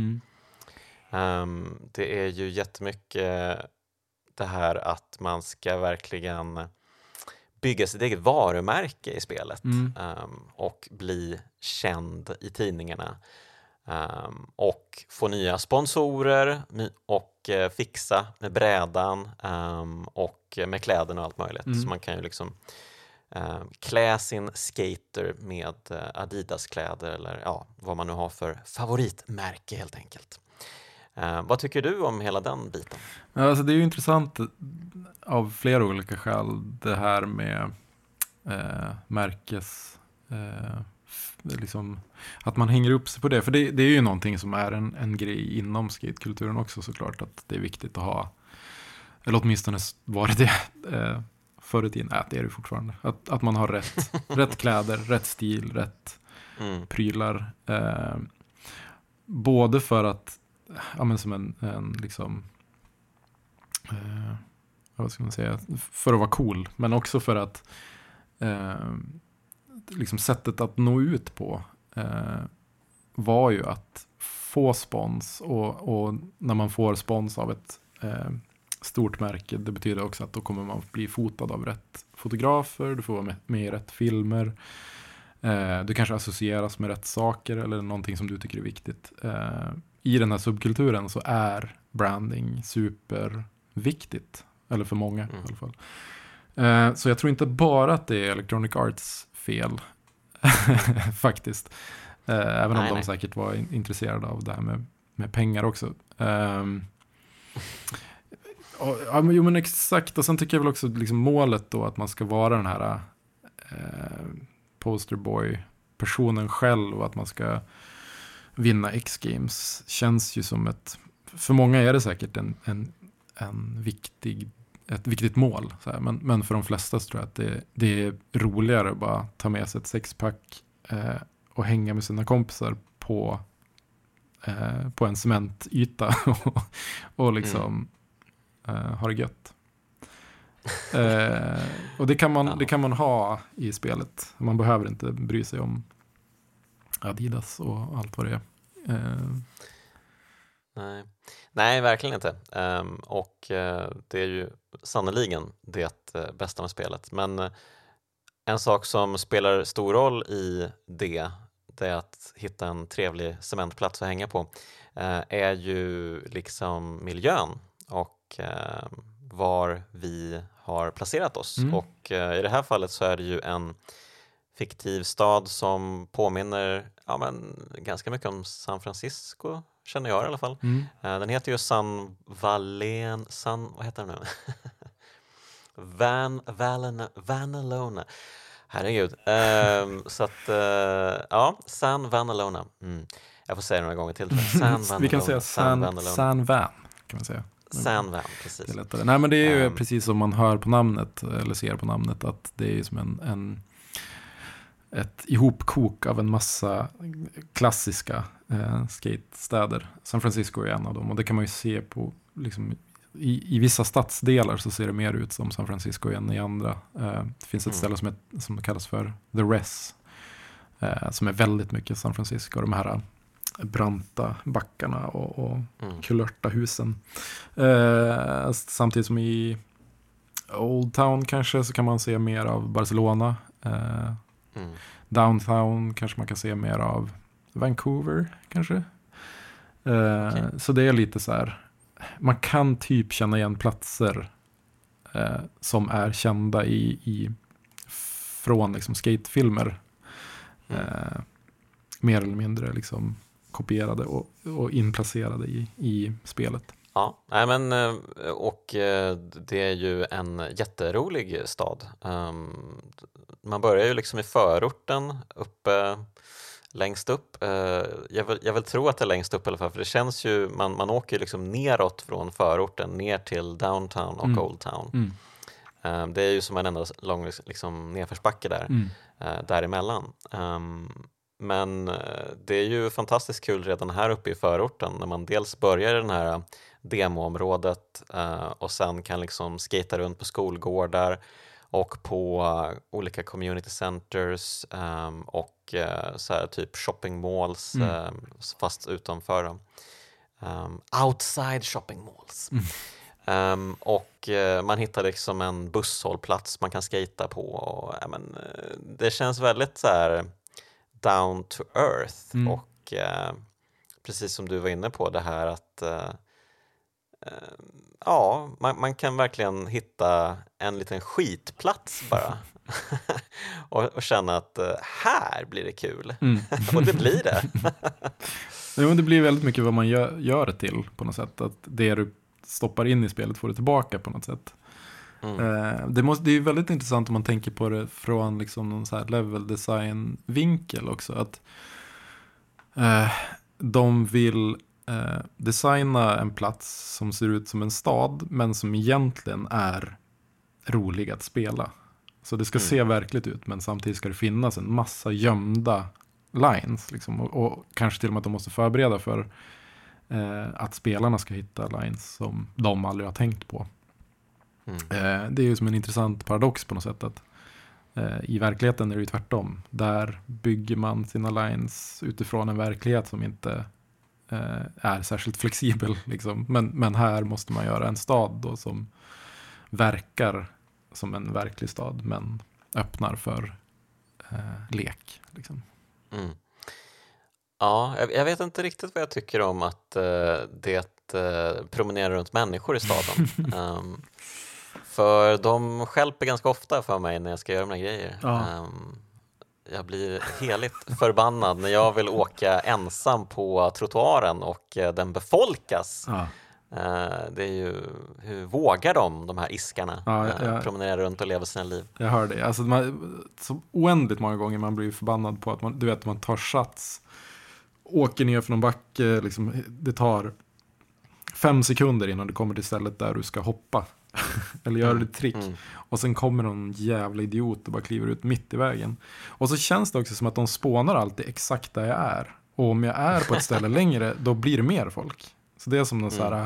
Det är ju jättemycket det här att man ska verkligen bygga sitt eget varumärke i spelet och bli känd i tidningarna. och få nya sponsorer och fixa med brädan och med kläderna och allt möjligt. Så man kan ju liksom klä sin skater med Adidas-kläder eller ja, vad man nu har för favoritmärke helt enkelt. Vad tycker du om hela den biten? Alltså det är ju intressant av flera olika skäl det här med märkes liksom, att man hänger upp sig på det. För det är ju någonting som är en grej inom skatekulturen också såklart, att det är viktigt att ha, eller åtminstone var det förr i tiden, det är det fortfarande, att man har rätt kläder, rätt stil, rätt prylar. Både för att som en liksom vad ska man säga, för att vara cool, men också för att liksom sättet att nå ut på var ju att få spons och när man får spons av ett stort märke, det betyder också att då kommer man bli fotad av rätt fotografer, du får vara med i rätt filmer, du kanske associeras med rätt saker eller någonting som du tycker är viktigt. I den här subkulturen så är branding superviktigt, eller för många i alla fall. Så jag tror inte bara att det är Electronic Arts fel faktiskt. Även om de säkert var intresserade av det här med pengar också. Men exakt. Och sen tycker jag väl också liksom målet då att man ska vara den här posterboy-personen själv och att man ska vinna X-Games känns ju som för många är det säkert ett viktigt mål. Så här. Men för de flesta så tror jag att det är roligare att bara ta med sig ett sexpack och hänga med sina kompisar på en cementyta och liksom ha det gött. Och det kan man ha i spelet. Man behöver inte bry sig om Adidas och allt vad det är. Nej, verkligen inte. Och det är ju sannoliken det bästa med spelet. Men en sak som spelar stor roll i det är att hitta en trevlig cementplats att hänga på. Är ju liksom miljön och var vi har placerat oss. Och i det här fallet så är det ju en fiktiv stad som påminner ganska mycket om San Francisco, känner jag i alla fall. Den heter ju vad heter den nu? Vanalona. Herregud. Så att, San Vanalona. Jag får säga det några gånger till. Vi kan säga San Van, kan man säga. San Van, precis. Det är lättare. Nej, men det är ju precis som man hör på namnet, eller ser på namnet, att det är ju som ett ihopkok av en massa klassiska skatestäder. San Francisco är en av dem, och det kan man ju se på liksom, i vissa stadsdelar så ser det mer ut som San Francisco än i andra. Det finns ett ställe som kallas för The Res, som är väldigt mycket San Francisco, de här branta backarna och kulörta husen. Samtidigt som i Old Town kanske så kan man se mer av Barcelona. Downtown kanske man kan se mer av Vancouver kanske. Så det är lite så här, man kan typ känna igen platser som är kända från liksom skatefilmer, mer eller mindre liksom kopierade och inplacerade i spelet. Ja, och det är ju en jätterolig stad. Man börjar ju liksom i förorten längst upp. Jag vill tro att det är längst upp i alla fall, för det känns ju, man åker liksom neråt från förorten ner till downtown och Old Town. Det är ju som en enda lång liksom nedförsbacke däremellan. Men det är ju fantastiskt kul redan här uppe i förorten när man dels börjar i den här demoområdet och sen kan liksom skata runt på skolgårdar och på olika community centers och så här typ shopping malls, fast utanför outside shopping malls. Och man hittar liksom en busshållplats man kan skata på och, det känns väldigt så här down to earth och precis som du var inne på, det här att ja, man kan verkligen hitta en liten skitplats bara och känna att här blir det kul. Och det blir det. Ja, men det blir väldigt mycket vad man gör det till på något sätt. Att det du stoppar in i spelet får du tillbaka på något sätt. Det är väldigt intressant om man tänker på det från liksom någon så här level design vinkel också. Att de vill designa en plats som ser ut som en stad men som egentligen är rolig att spela. Så det ska se verkligt ut, men samtidigt ska det finnas en massa gömda lines liksom, och kanske till och med att de måste förbereda för att spelarna ska hitta lines som de aldrig har tänkt på. Det är ju som en intressant paradox på något sätt, att i verkligheten är det ju tvärtom. Där bygger man sina lines utifrån en verklighet som inte är särskilt flexibel liksom. Men här måste man göra en stad då som verkar som en verklig stad men öppnar för lek liksom. Ja, jag vet inte riktigt vad jag tycker om att det promenerar runt människor i staden. För de stjälper ganska ofta för mig när jag ska göra de här grejer. Jag blir heligt förbannad när jag vill åka ensam på trottoaren och den befolkas. Det är ju, hur vågar de här iskarna promenera runt och leva sina liv? Jag hör det. Alltså, så oändligt många gånger man blir förbannad på att man tar sats, åker ner från en backe, liksom, det tar 5 sekunder innan du kommer till stället där du ska hoppa eller göra ett trick, och sen kommer någon jävla idiot och bara kliver ut mitt i vägen, och så känns det också som att de spånar alltid exakt där jag är, och om jag är på ett ställe längre då blir det mer folk, så det är som någon så här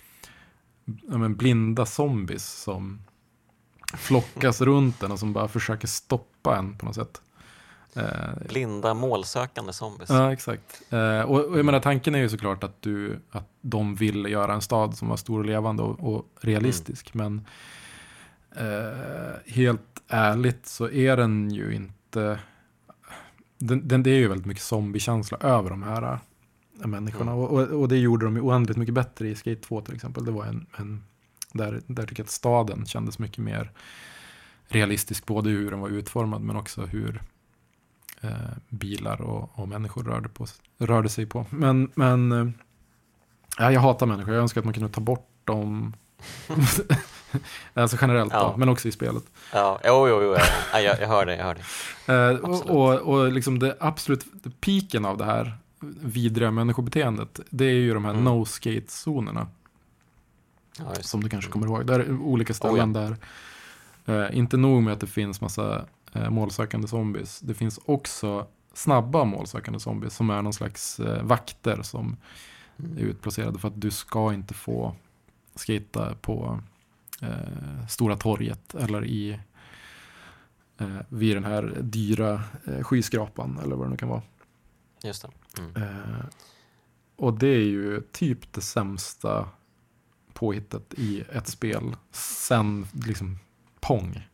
blinda zombies som flockas runt en och som bara försöker stoppa en på något sätt. Blinda målsökande zombies. Ja, exakt. Och jag menar, tanken är ju såklart att de vill göra en stad som var stor och levande och realistisk. Men helt ärligt så är den ju inte... Det är ju väldigt mycket zombie-känsla över de här människorna. Och det gjorde de ju oändligt mycket bättre i Skate 2 till exempel. Det var där tycker jag att staden kändes mycket mer realistisk, både hur den var utformad men också hur bilar och människor rörde sig på. Men jag hatar människor. Jag önskar att man kunde ta bort dem. Alltså generellt då, men också i spelet. Ja, jo. Jag hör det. Och liksom det absolut piken av det här vidriga människobeteendet, det är ju de här no-skate-zonerna. Som du kanske kommer ihåg. Där är olika ställen där. Inte nog med att det finns massa målsökande zombies. Det finns också snabba målsökande zombies som är någon slags vakter som är utplacerade för att du ska inte få skata på Stora torget eller vid den här dyra skyskrapan eller vad det nu kan vara. Just det. Och det är ju typ det sämsta påhittet i ett spel sen liksom Pong.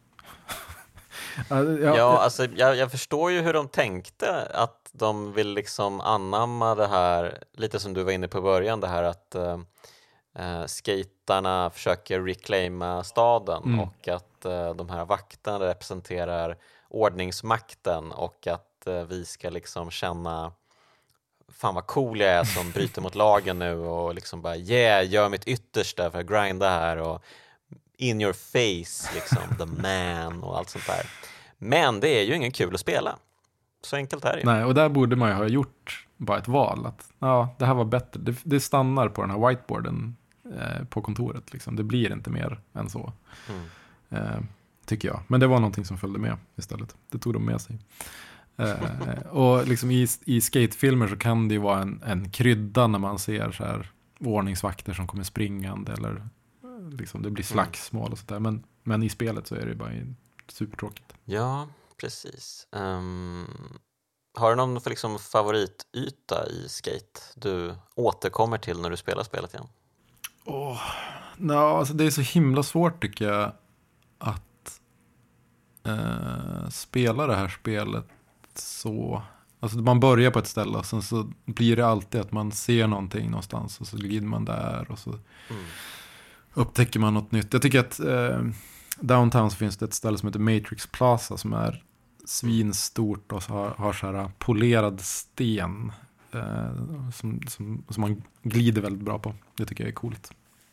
Alltså jag förstår ju hur de tänkte, att de vill liksom anamma det här, lite som du var inne på i början, det här att skaterna försöker reclaima staden och att de här vakterna representerar ordningsmakten och att vi ska liksom känna fan vad cool jag är som bryter mot lagen nu och liksom bara gör mitt yttersta för att grinda här och in your face liksom, the man och allt sånt där. Men det är ju ingen kul att spela. Så enkelt är det ju. Nej, och där borde man ju ha gjort bara ett val. Att det här var bättre. Det stannar på den här whiteboarden på kontoret. Liksom. Det blir inte mer än så. Tycker jag. Men det var någonting som följde med istället. Det tog de med sig. Och liksom i skatefilmer så kan det ju vara en krydda när man ser så här ordningsvakter som kommer springande eller liksom det blir slagsmål och sådär. Men i spelet så är det bara supertråkigt. Ja, precis. Har du någon liksom favorityta i skate du återkommer till när du spelar spelet igen? Alltså det är så himla svårt tycker jag att spela det här spelet så. alltså man börjar på ett ställe och sen så blir det alltid att man ser någonting någonstans och så glider man där och så upptäcker man något nytt. Jag tycker att downtown så finns det ett ställe som heter Matrix Plaza som är svinstort och så har så här polerad sten som man glider väldigt bra på. Det tycker jag är coolt.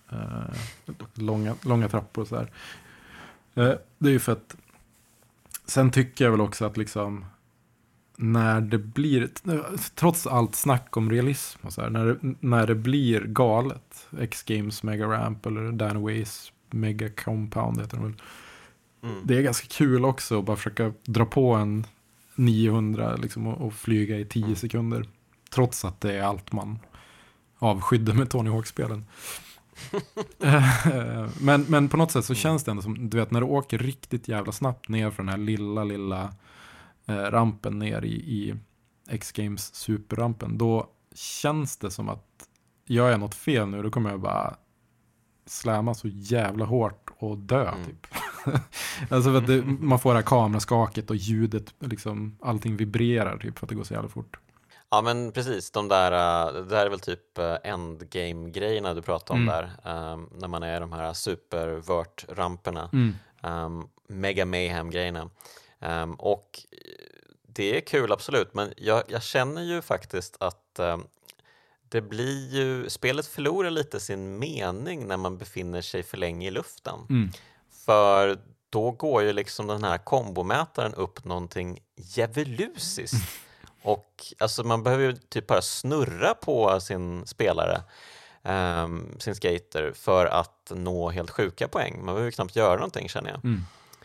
Långa trappor och så här. Det är ju för att sen tycker jag väl också att liksom när det blir, trots allt snack om realism och så här, när det blir galet, X-Games Mega Ramp eller Dan Ways Mega Compound heter det väl. Det är ganska kul också att bara försöka dra på en 900 liksom, och flyga i 10 sekunder. Trots att det är allt man avskydde med Tony Hawk-spelen. men på något sätt så känns det ändå som, du vet, när du åker riktigt jävla snabbt ner för den här lilla rampen ner i X-Games superrampen, då känns det som att gör jag något fel nu, då kommer jag bara slämma så jävla hårt och dö typ. Alltså för att man får det här kameraskaket och ljudet, liksom, allting vibrerar typ för att det går så jävla fort. Ja men precis, det där är väl typ endgame-grejerna du pratade om där, när man är de här super-vert-ramperna, mega mayhem-grejerna. Och det är kul absolut, men jag känner ju faktiskt att det blir ju, spelet förlorar lite sin mening när man befinner sig för länge i luften. För då går ju liksom den här kombomätaren upp någonting djävulusiskt. Och alltså man behöver ju typ bara snurra på sin spelare, sin skater, för att nå helt sjuka poäng. Man behöver ju knappt göra någonting, känner jag.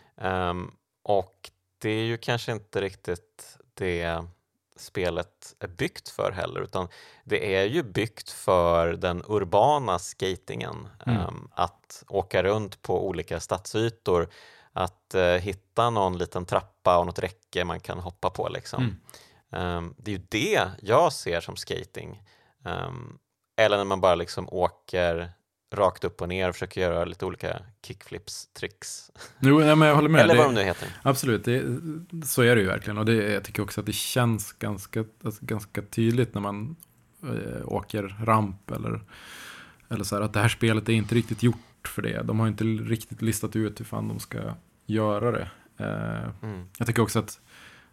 Och det är ju kanske inte riktigt det spelet är byggt för heller, utan det är ju byggt för den urbana skatingen, att åka runt på olika stadsytor, att hitta någon liten trappa och något räcke man kan hoppa på liksom. Det är ju det jag ser som skating, eller när man bara liksom åker rakt upp och ner och försöker göra lite olika kickflips, tricks. Jo, ja, men jag håller med. Eller vad de nu heter. Absolut, så är det ju verkligen. Och jag tycker också att det känns ganska tydligt när man åker ramp eller så här, att det här spelet är inte riktigt gjort för det. De har inte riktigt listat ut hur fan de ska göra det. Jag tycker också att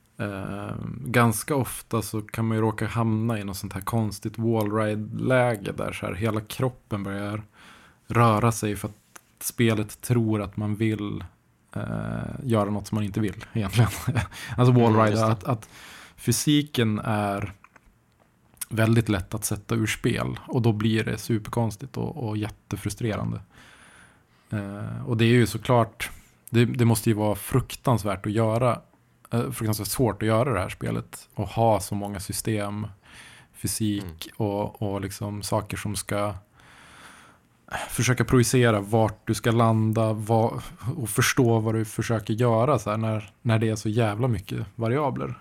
ganska ofta så kan man ju råka hamna i något sånt här konstigt wallride-läge där så här, hela kroppen börjar röra sig för att spelet tror att man vill göra något som man inte vill egentligen. Alltså wallride, att fysiken är väldigt lätt att sätta ur spel, och då blir det superkonstigt och jättefrustrerande. Och det är ju såklart, det måste ju vara fruktansvärt att göra, fruktansvärt svårt att göra det här spelet och ha så många system, fysik och liksom saker som ska försöka projicera vart du ska landa och förstå vad du försöker göra så här, när det är så jävla mycket variabler.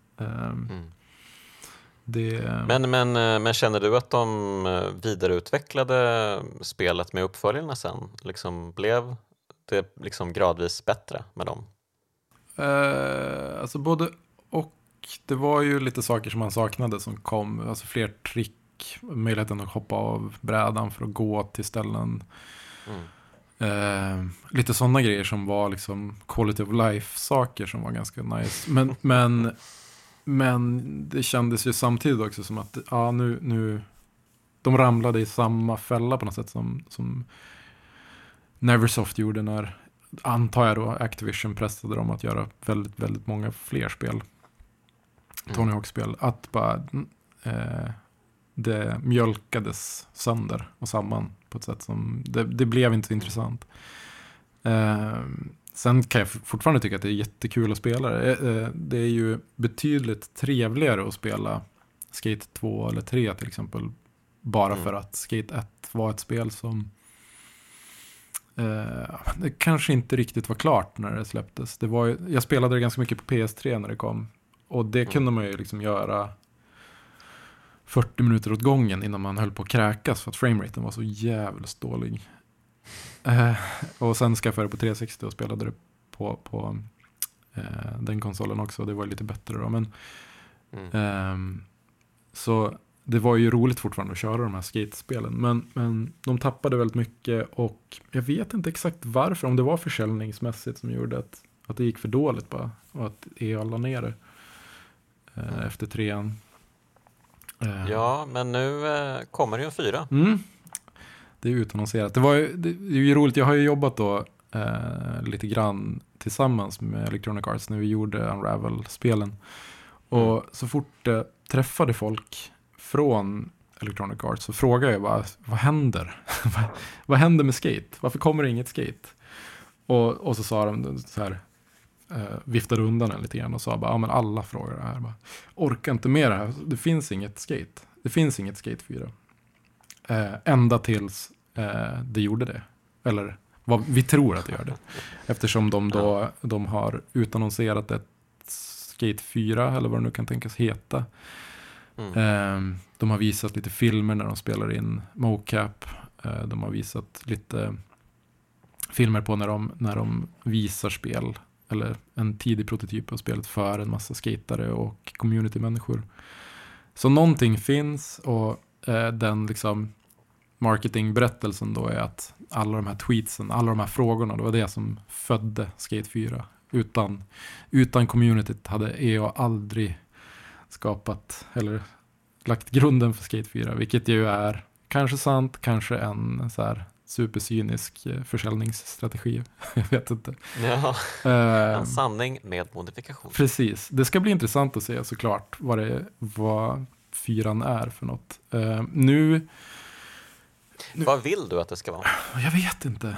Men känner du att de vidareutvecklade spelet med uppföljarna sen? Liksom blev det liksom gradvis bättre med dem? Alltså både och. Det var ju lite saker som man saknade som kom. Alltså fler trick, möjligheten att hoppa av brädan för att gå till ställen. Lite sådana grejer som var liksom quality of life-saker som var ganska nice. Men det kändes ju samtidigt också som att nu de ramlade i samma fälla på något sätt som Neversoft gjorde när, antar jag då, Activision pressade dem att göra väldigt, väldigt många fler spel. Tony Hawk-spel. Att bara det mjölkades sönder och samman på ett sätt som det blev inte så intressant. Sen kan jag fortfarande tycka att det är jättekul att spela det. Det är ju betydligt trevligare att spela Skate 2 eller 3 till exempel. Bara för att Skate 1 var ett spel som det kanske inte riktigt var klart när det släpptes. Jag spelade det ganska mycket på PS3 när det kom. Och det kunde man ju liksom göra 40 minuter åt gången innan man höll på att kräkas för att frameraten var så jävligt dålig. Och sen skaffade jag det på 360 och spelade det på den konsolen också. Det var lite bättre då. Så det var ju roligt fortfarande att köra de här skatespelen. Men de tappade väldigt mycket och jag vet inte exakt varför. Om det var försäljningsmässigt som gjorde att det gick för dåligt bara. Och att EA la ner det efter 3:an. Ja, men nu kommer det ju en 4. Det är utannonserat. Det är ju roligt, jag har ju jobbat då lite grann tillsammans med Electronic Arts när vi gjorde Unravel-spelen. Och så fort jag träffade folk från Electronic Arts så frågade jag bara, vad händer? Vad händer med skate? Varför kommer det inget skate? Och så sa de så här, viftade undan den lite grann och sa bara, ja men alla frågar det här. Bara, orkar inte med det här. Det finns inget skate. Det finns inget Skate 4. Ända tills det gjorde det. Eller vi tror att det gör det. Eftersom de har utannonserat ett Skate 4 eller vad det nu kan tänkas heta. De har visat lite filmer när de spelar in mocap. De har visat lite filmer på när de visar spel eller en tidig prototyp av spelet för en massa skatare och community-människor. Så någonting finns och den liksom marketingberättelsen då är att alla de här tweetsen, alla de här frågorna, det var det som födde Skate 4. Utan communityt hade EA aldrig skapat eller lagt grunden för Skate 4, vilket ju är kanske sant, kanske en så här supercynisk försäljningsstrategi. Jag vet inte. Ja, en sanning med modifikation. Precis. Det ska bli intressant att se såklart vad 4:an är för något. Nu vad vill du att det ska vara? Jag vet inte.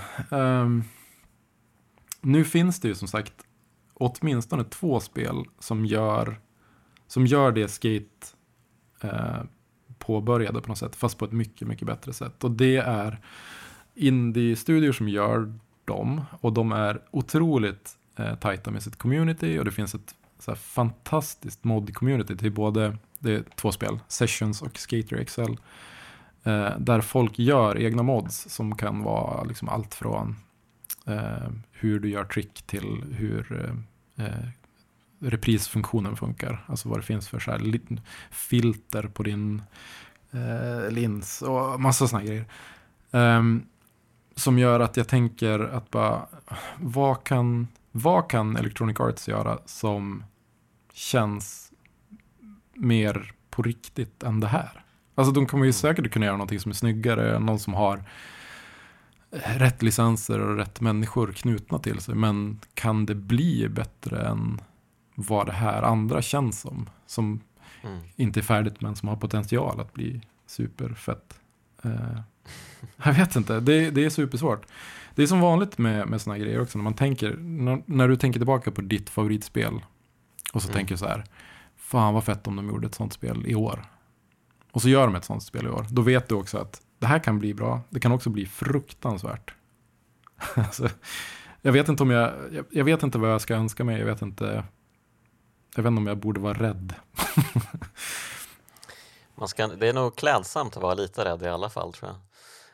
Nu finns det ju som sagt åtminstone 2 spel som gör det Skate påbörjade på något sätt, fast på ett mycket, mycket bättre sätt. Och det är indie-studior som gör dem, och de är otroligt tajta med sitt community, och det finns ett så här fantastiskt mod-community till både, det är 2 spel, Sessions och Skater XL, där folk gör egna mods som kan vara liksom allt från hur du gör trick till hur reprisfunktionen funkar. Alltså vad det finns för så här filter på din lins och massa såna grejer. Som gör att jag tänker att bara, vad kan Electronic Arts göra som känns mer på riktigt än det här? Alltså de kommer ju säkert kunna göra någonting som är snyggare, någon som har rätt licenser och rätt människor knutna till sig, men kan det bli bättre än vad det här andra känns som inte är färdigt men som har potential att bli superfett? Jag vet inte, det är supersvårt. Det är som vanligt med såna här grejer också, när du tänker tillbaka på ditt favoritspel och så tänker du så här, fan vad fett om de gjorde ett sånt spel i år. Och så gör de ett sånt spel i år. Då vet du också att det här kan bli bra. Det kan också bli fruktansvärt. Alltså, jag vet inte vad jag ska önska mig. Jag vet inte om jag borde vara rädd. Det är nog klädsamt att vara lite rädd i alla fall, tror jag.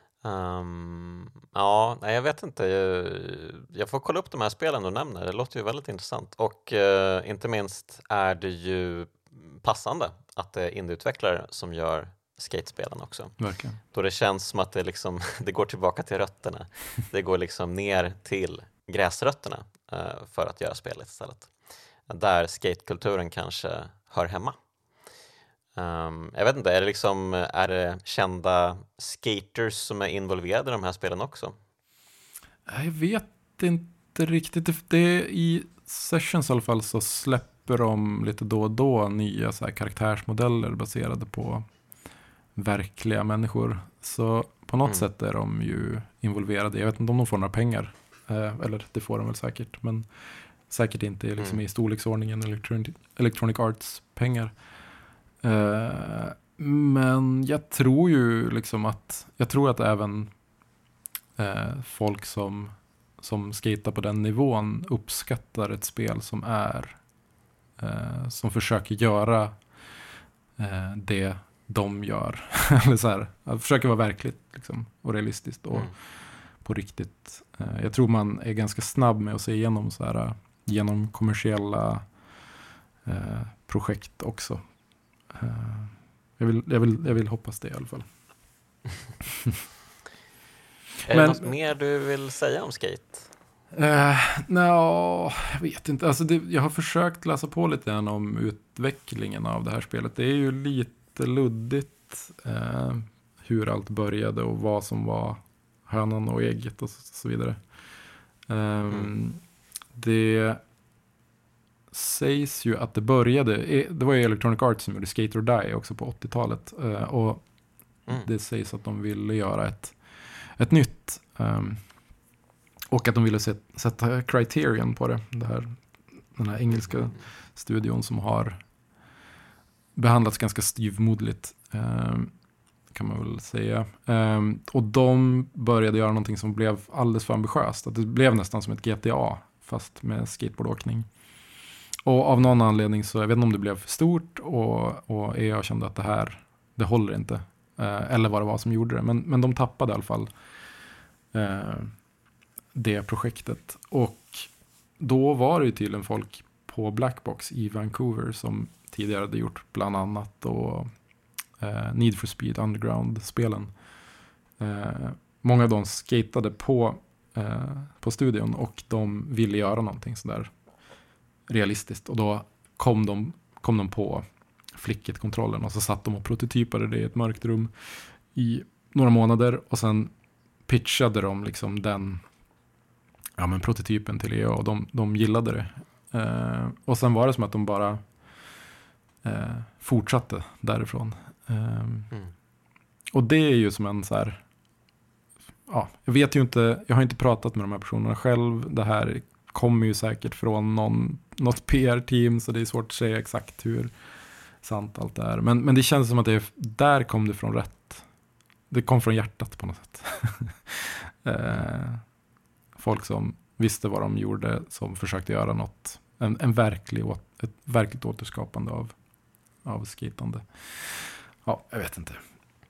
Ja, nej, jag vet inte. Jag får kolla upp de här spelen du nämner. Det låter ju väldigt intressant. Och inte minst är det ju passande att det är indieutvecklare som gör skatespelen också. Verkligen. Då det känns som att det går tillbaka till rötterna. Det går liksom ner till gräsrötterna för att göra spelet istället. Där skatekulturen kanske hör hemma. Jag vet inte, är det kända skaters som är involverade i de här spelen också? Jag vet inte riktigt. Det i Sessions i alla fall så släpper de lite då och då nya så här karaktärsmodeller baserade på verkliga människor. Så på något sätt är de ju involverade. Jag vet inte om de får några pengar. Eller det får de väl säkert. Men säkert inte liksom i storleksordningen Electronic Arts pengar. Men jag tror ju liksom att även folk som skater på den nivån uppskattar ett spel som som försöker göra det de gör. Eller så här, att försöka vara verkligt liksom, och realistiskt och på riktigt. Jag tror man är ganska snabb med att se igenom så här, genom kommersiella projekt också Jag vill hoppas det i alla fall. Är det något mer du vill säga om Skate? Jag vet inte. Alltså jag har försökt läsa på lite grann om utvecklingen av det här spelet. Det är ju lite luddigt hur allt började och vad som var hönan och ägget och så vidare. Det sägs ju att det började, det var ju Electronic Arts som gjorde Skate or Die också på 80-talet. Och det sägs att de ville göra ett nytt. Och att de ville sätta Criterion på det. Den här engelska studion som har behandlats ganska styvmoderligt. Kan man väl säga. Och de började göra någonting som blev alldeles för ambitiöst. Att det blev nästan som ett GTA fast med skateboardåkning. Och av någon anledning så, jag vet inte om det blev för stort och jag kände att det håller inte. Eller vad det var som gjorde det. Men de tappade i alla fall det projektet. Och då var det ju tydligen folk på Blackbox i Vancouver som tidigare hade gjort bland annat då Need for Speed Underground-spelen. Många av dem skatade på studion och de ville göra någonting sådär realistiskt. Och då kom de på flicket-kontrollen och så satt de och prototypade det i ett mörkt rum i några månader och sen pitchade de liksom den prototypen till EA och de gillade det. Och sen var det som att de bara fortsatte därifrån. Och det är ju som en så här, jag vet ju inte, jag har inte pratat med de här personerna själv. Det här kommer ju säkert från något PR-team så det är svårt att säga exakt hur sant allt det är. Men det känns som att där kom det från rätt. Det kom från hjärtat på något sätt. Folk som visste vad de gjorde, som försökte göra något, ett verkligt återskapande av skatande. Ja, jag vet inte.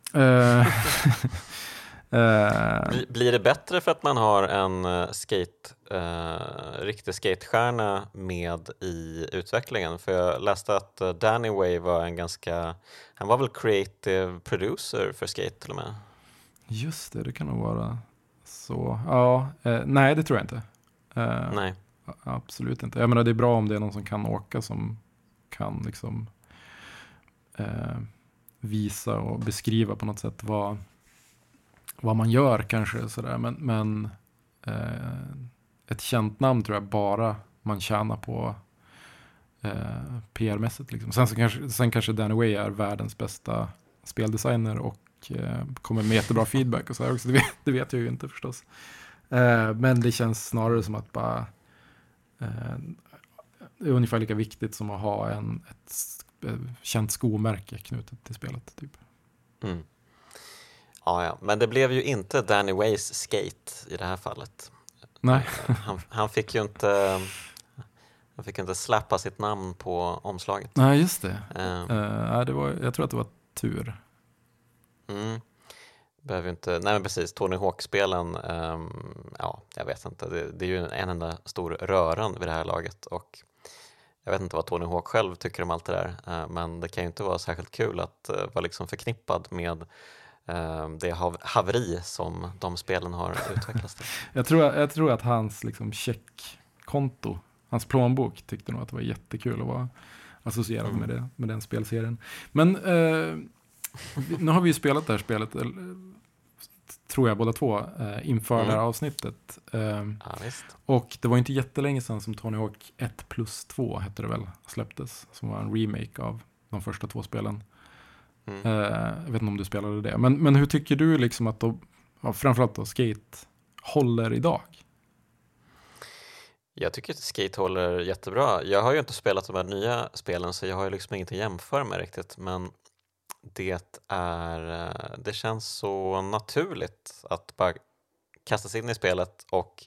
Blir det bättre för att man har en riktig skatestjärna med i utvecklingen? För jag läste att Danny Way han var väl creative producer för Skate till och med. Just det kan nog vara så. Ja, nej det tror jag inte. Nej. Absolut inte. Jag menar det är bra om det är någon som kan åka som kan liksom visa och beskriva på något sätt vad man gör kanske sådär. Men ett känt namn tror jag bara man tjänar på PR-mässigt liksom. Sen kanske Danny Way är världens bästa speldesigner och kommer med jättebra feedback och så här också. Det vet jag ju inte förstås. Men det känns snarare som att bara det är ungefär lika viktigt som att ha ett känt skomärke knutet till spelet typ. Ja, men det blev ju inte Danny Ways Skate i det här fallet. Nej. Han fick ju inte släppa sitt namn på omslaget. Nej, just det. Jag tror att det var tur. Behöver inte. Nej, men precis. Tony Hawk-spelen, jag vet inte. Det är ju en enda stor röran vid det här laget och jag vet inte vad Tony Hawk själv tycker om allt det där, men det kan ju inte vara särskilt kul att vara liksom förknippad med det haveri som de spelen har utvecklats till. Jag tror att hans liksom checkkonto, hans plånbok tyckte nog att det var jättekul att vara associerad med den spelserien. Men nu har vi ju spelat det här spelet, tror jag båda två, inför det här avsnittet. Visst. Och det var inte jättelänge sedan som Tony Hawk 1+2 hette det väl, släpptes. Som var en remake av de första två spelen. Jag vet inte om du spelade det. Men hur tycker du liksom att framförallt då Skate håller idag? Jag tycker att Skate håller jättebra. Jag har ju inte spelat de här nya spelen så jag har ju liksom inget att jämföra med riktigt. Men det känns så naturligt att bara kasta sig in i spelet och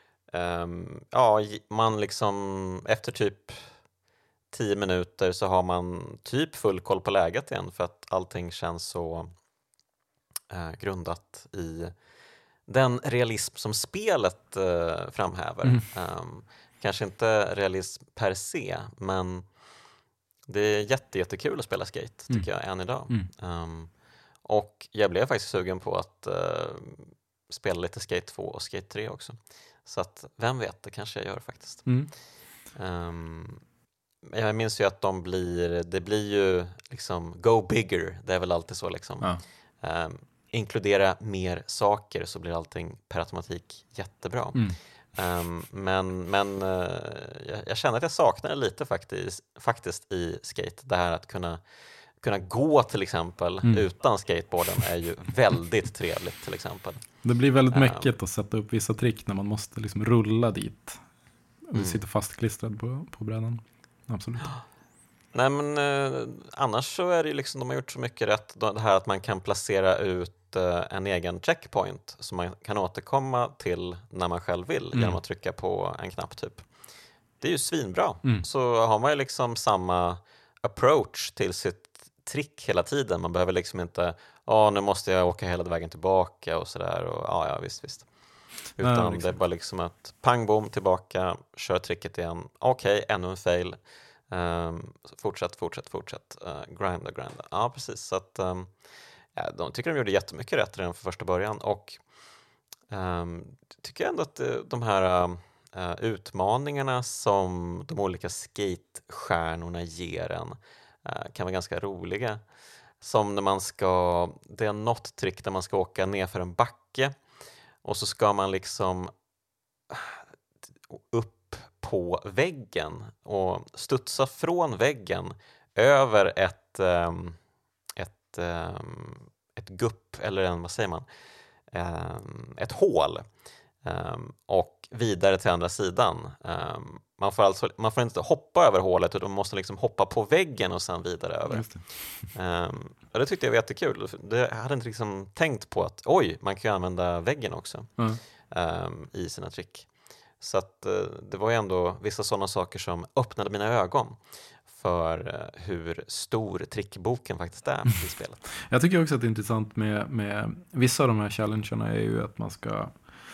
man liksom efter typ 10 minuter så har man typ full koll på läget igen för att allting känns så grundat i den realism som spelet framhäver. Kanske inte realism per se, men Det är jättekul att spela skate tycker jag än idag. Och jag blev faktiskt sugen på att spela lite Skate 2 och Skate 3 också. Så att, vem vet, det kanske jag gör faktiskt. Jag minns ju att det blir ju liksom go bigger, det är väl alltid så liksom. Inkludera mer saker så blir allting per automatik jättebra. Men jag känner att jag saknar det lite faktiskt i skate. Det här att kunna gå till exempel utan skateboarden är ju väldigt trevligt till exempel. Det blir väldigt mäckigt att sätta upp vissa trick när man måste liksom rulla dit. Och sitta fastklistrad på brädan. Absolut. Nej, men annars så är det liksom, de har gjort så mycket rätt. Det här att man kan placera ut en egen checkpoint som man kan återkomma till när man själv vill genom att trycka på en knapp typ. Det är ju svinbra. Så har man ju liksom samma approach till sitt trick hela tiden. Man behöver liksom inte, nu måste jag åka hela vägen tillbaka och sådär. Och ja, visst. Utan det är bara liksom att pang, bom, tillbaka, kör tricket igen. Okej, ännu en fail. Fortsätt. Grinda. Ja, precis. Så att de tycker de gjorde jättemycket rätt redan för första början. Och tycker ändå att de här utmaningarna som de olika skatestjärnorna ger en kan vara ganska roliga. Som när det är något trick där man ska åka ner för en backe och så ska man liksom upp på väggen och studsa från väggen över ett gupp eller vad säger man? Ett hål och vidare till andra sidan. Man får inte hoppa över hålet utan man måste liksom hoppa på väggen och sen vidare över. Och det tyckte jag var jättekul. Det hade inte liksom tänkt på att man kan ju använda väggen också i sina trick. Så att det var ju ändå vissa sådana saker som öppnade mina ögon för hur stor trickboken faktiskt är i spelet. Jag tycker också att det är intressant med vissa av de här challengerna är ju att man ska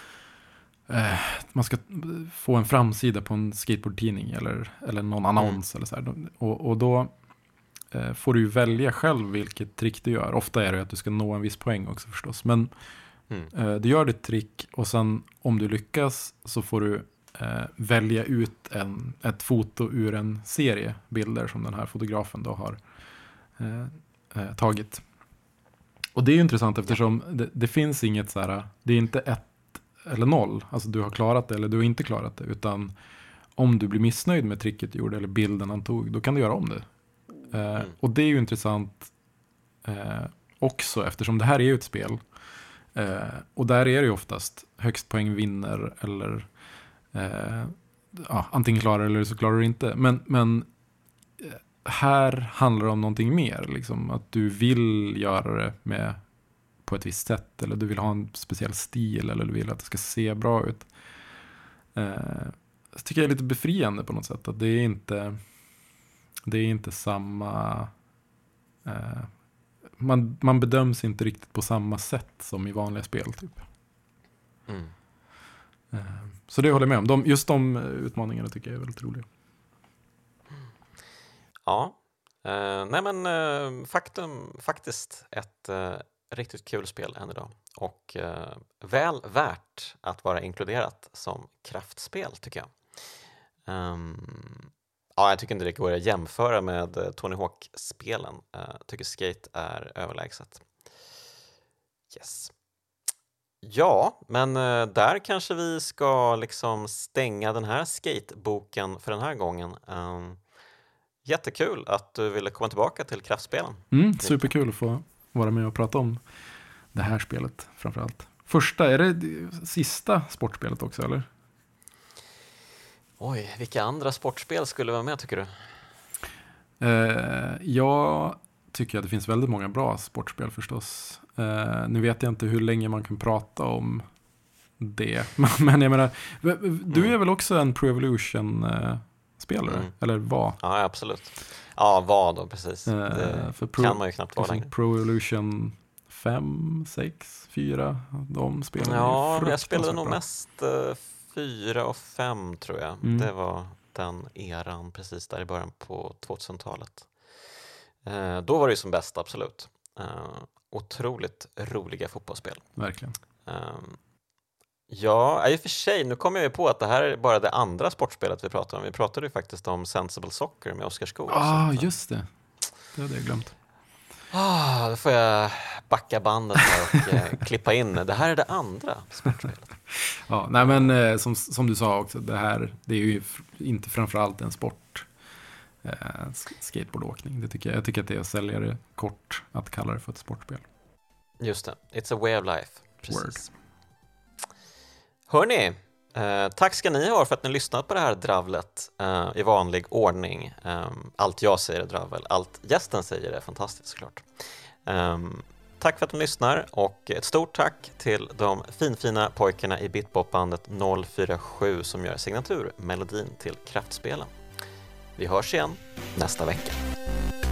få en framsida på en skateboardtidning eller någon annons eller så här. Och då får du ju välja själv vilket trick du gör. Ofta är det att du ska nå en viss poäng också förstås. Men du gör ditt trick och sen om du lyckas så får du välja ut ett foto ur en serie bilder som den här fotografen då har tagit. Och det är ju intressant eftersom det finns inget så här, det är inte 1 eller 0, alltså du har klarat det eller du har inte klarat det, utan om du blir missnöjd med tricket du gjorde eller bilden han tog, då kan du göra om det. Och det är ju intressant också eftersom det här är ju ett spel och där är det ju oftast högst poäng vinner eller antingen klarar eller så klarar du inte. Men här handlar det om någonting mer. Liksom, att du vill göra det på ett visst sätt. Eller du vill ha en speciell stil. Eller du vill att det ska se bra ut. Jag tycker jag är lite befriande på något sätt. Att det är inte samma... Man bedöms inte riktigt på samma sätt som i vanliga spel typ. Så det håller jag med om. Just de utmaningarna tycker jag är väldigt roliga. Ja, faktiskt ett riktigt kul spel än idag. Och väl värt att vara inkluderat som kraftspel tycker jag. Jag tycker inte det går att jämföra med Tony Hawk-spelen. Jag tycker Skate är överlägset. Yes. Ja, men där kanske vi ska liksom stänga den här skateboken för den här gången. Jättekul att du ville komma tillbaka till kraftspelen. Superkul att få vara med och prata om det här spelet framförallt. Är det sista sportspelet också, eller? Oj, vilka andra sportspel skulle vara med tycker du? Jag tycker att det finns väldigt många bra sportspel förstås. Nu vet jag inte hur länge man kan prata om det. Men jag menar, du är väl också en Pro Evolution-spelare? Eller vad? Ja, absolut. Ja, vad då, precis. Det kan man ju knappt vara längre. Pro Evolution 5, 6, 4, de spelen. Ja, jag spelade nog mest 4 och 5 tror jag. Det var den eran precis där i början på 2000-talet. Då var det ju som bäst, absolut. Otroligt roliga fotbollsspel. Verkligen. Ja, i och för sig, nu kommer jag ju på att det här är bara det andra sportspelet vi pratar om. Vi pratade ju faktiskt om Sensible Soccer med Oskar Skog. Just det. Det hade jag glömt. Då får jag backa bandet här och klippa in. Det här är det andra sportspelet. Ja, nej men som du sa också, det är ju inte framförallt en sport, skateboardåkning. Jag tycker att det är att sälja det kort att kalla det för ett sportspel. Just det, it's a way of life. Precis. Word. Hörrni, tack ska ni ha för att ni lyssnat på det här dravlet i vanlig ordning. Allt jag säger är dravel, allt gästen säger är fantastiskt såklart. Tack för att ni lyssnar och ett stort tack till de finfina pojkarna i Bitbop-bandet 047 som gör signaturmelodin till Kraftspelen. Vi hörs igen nästa vecka.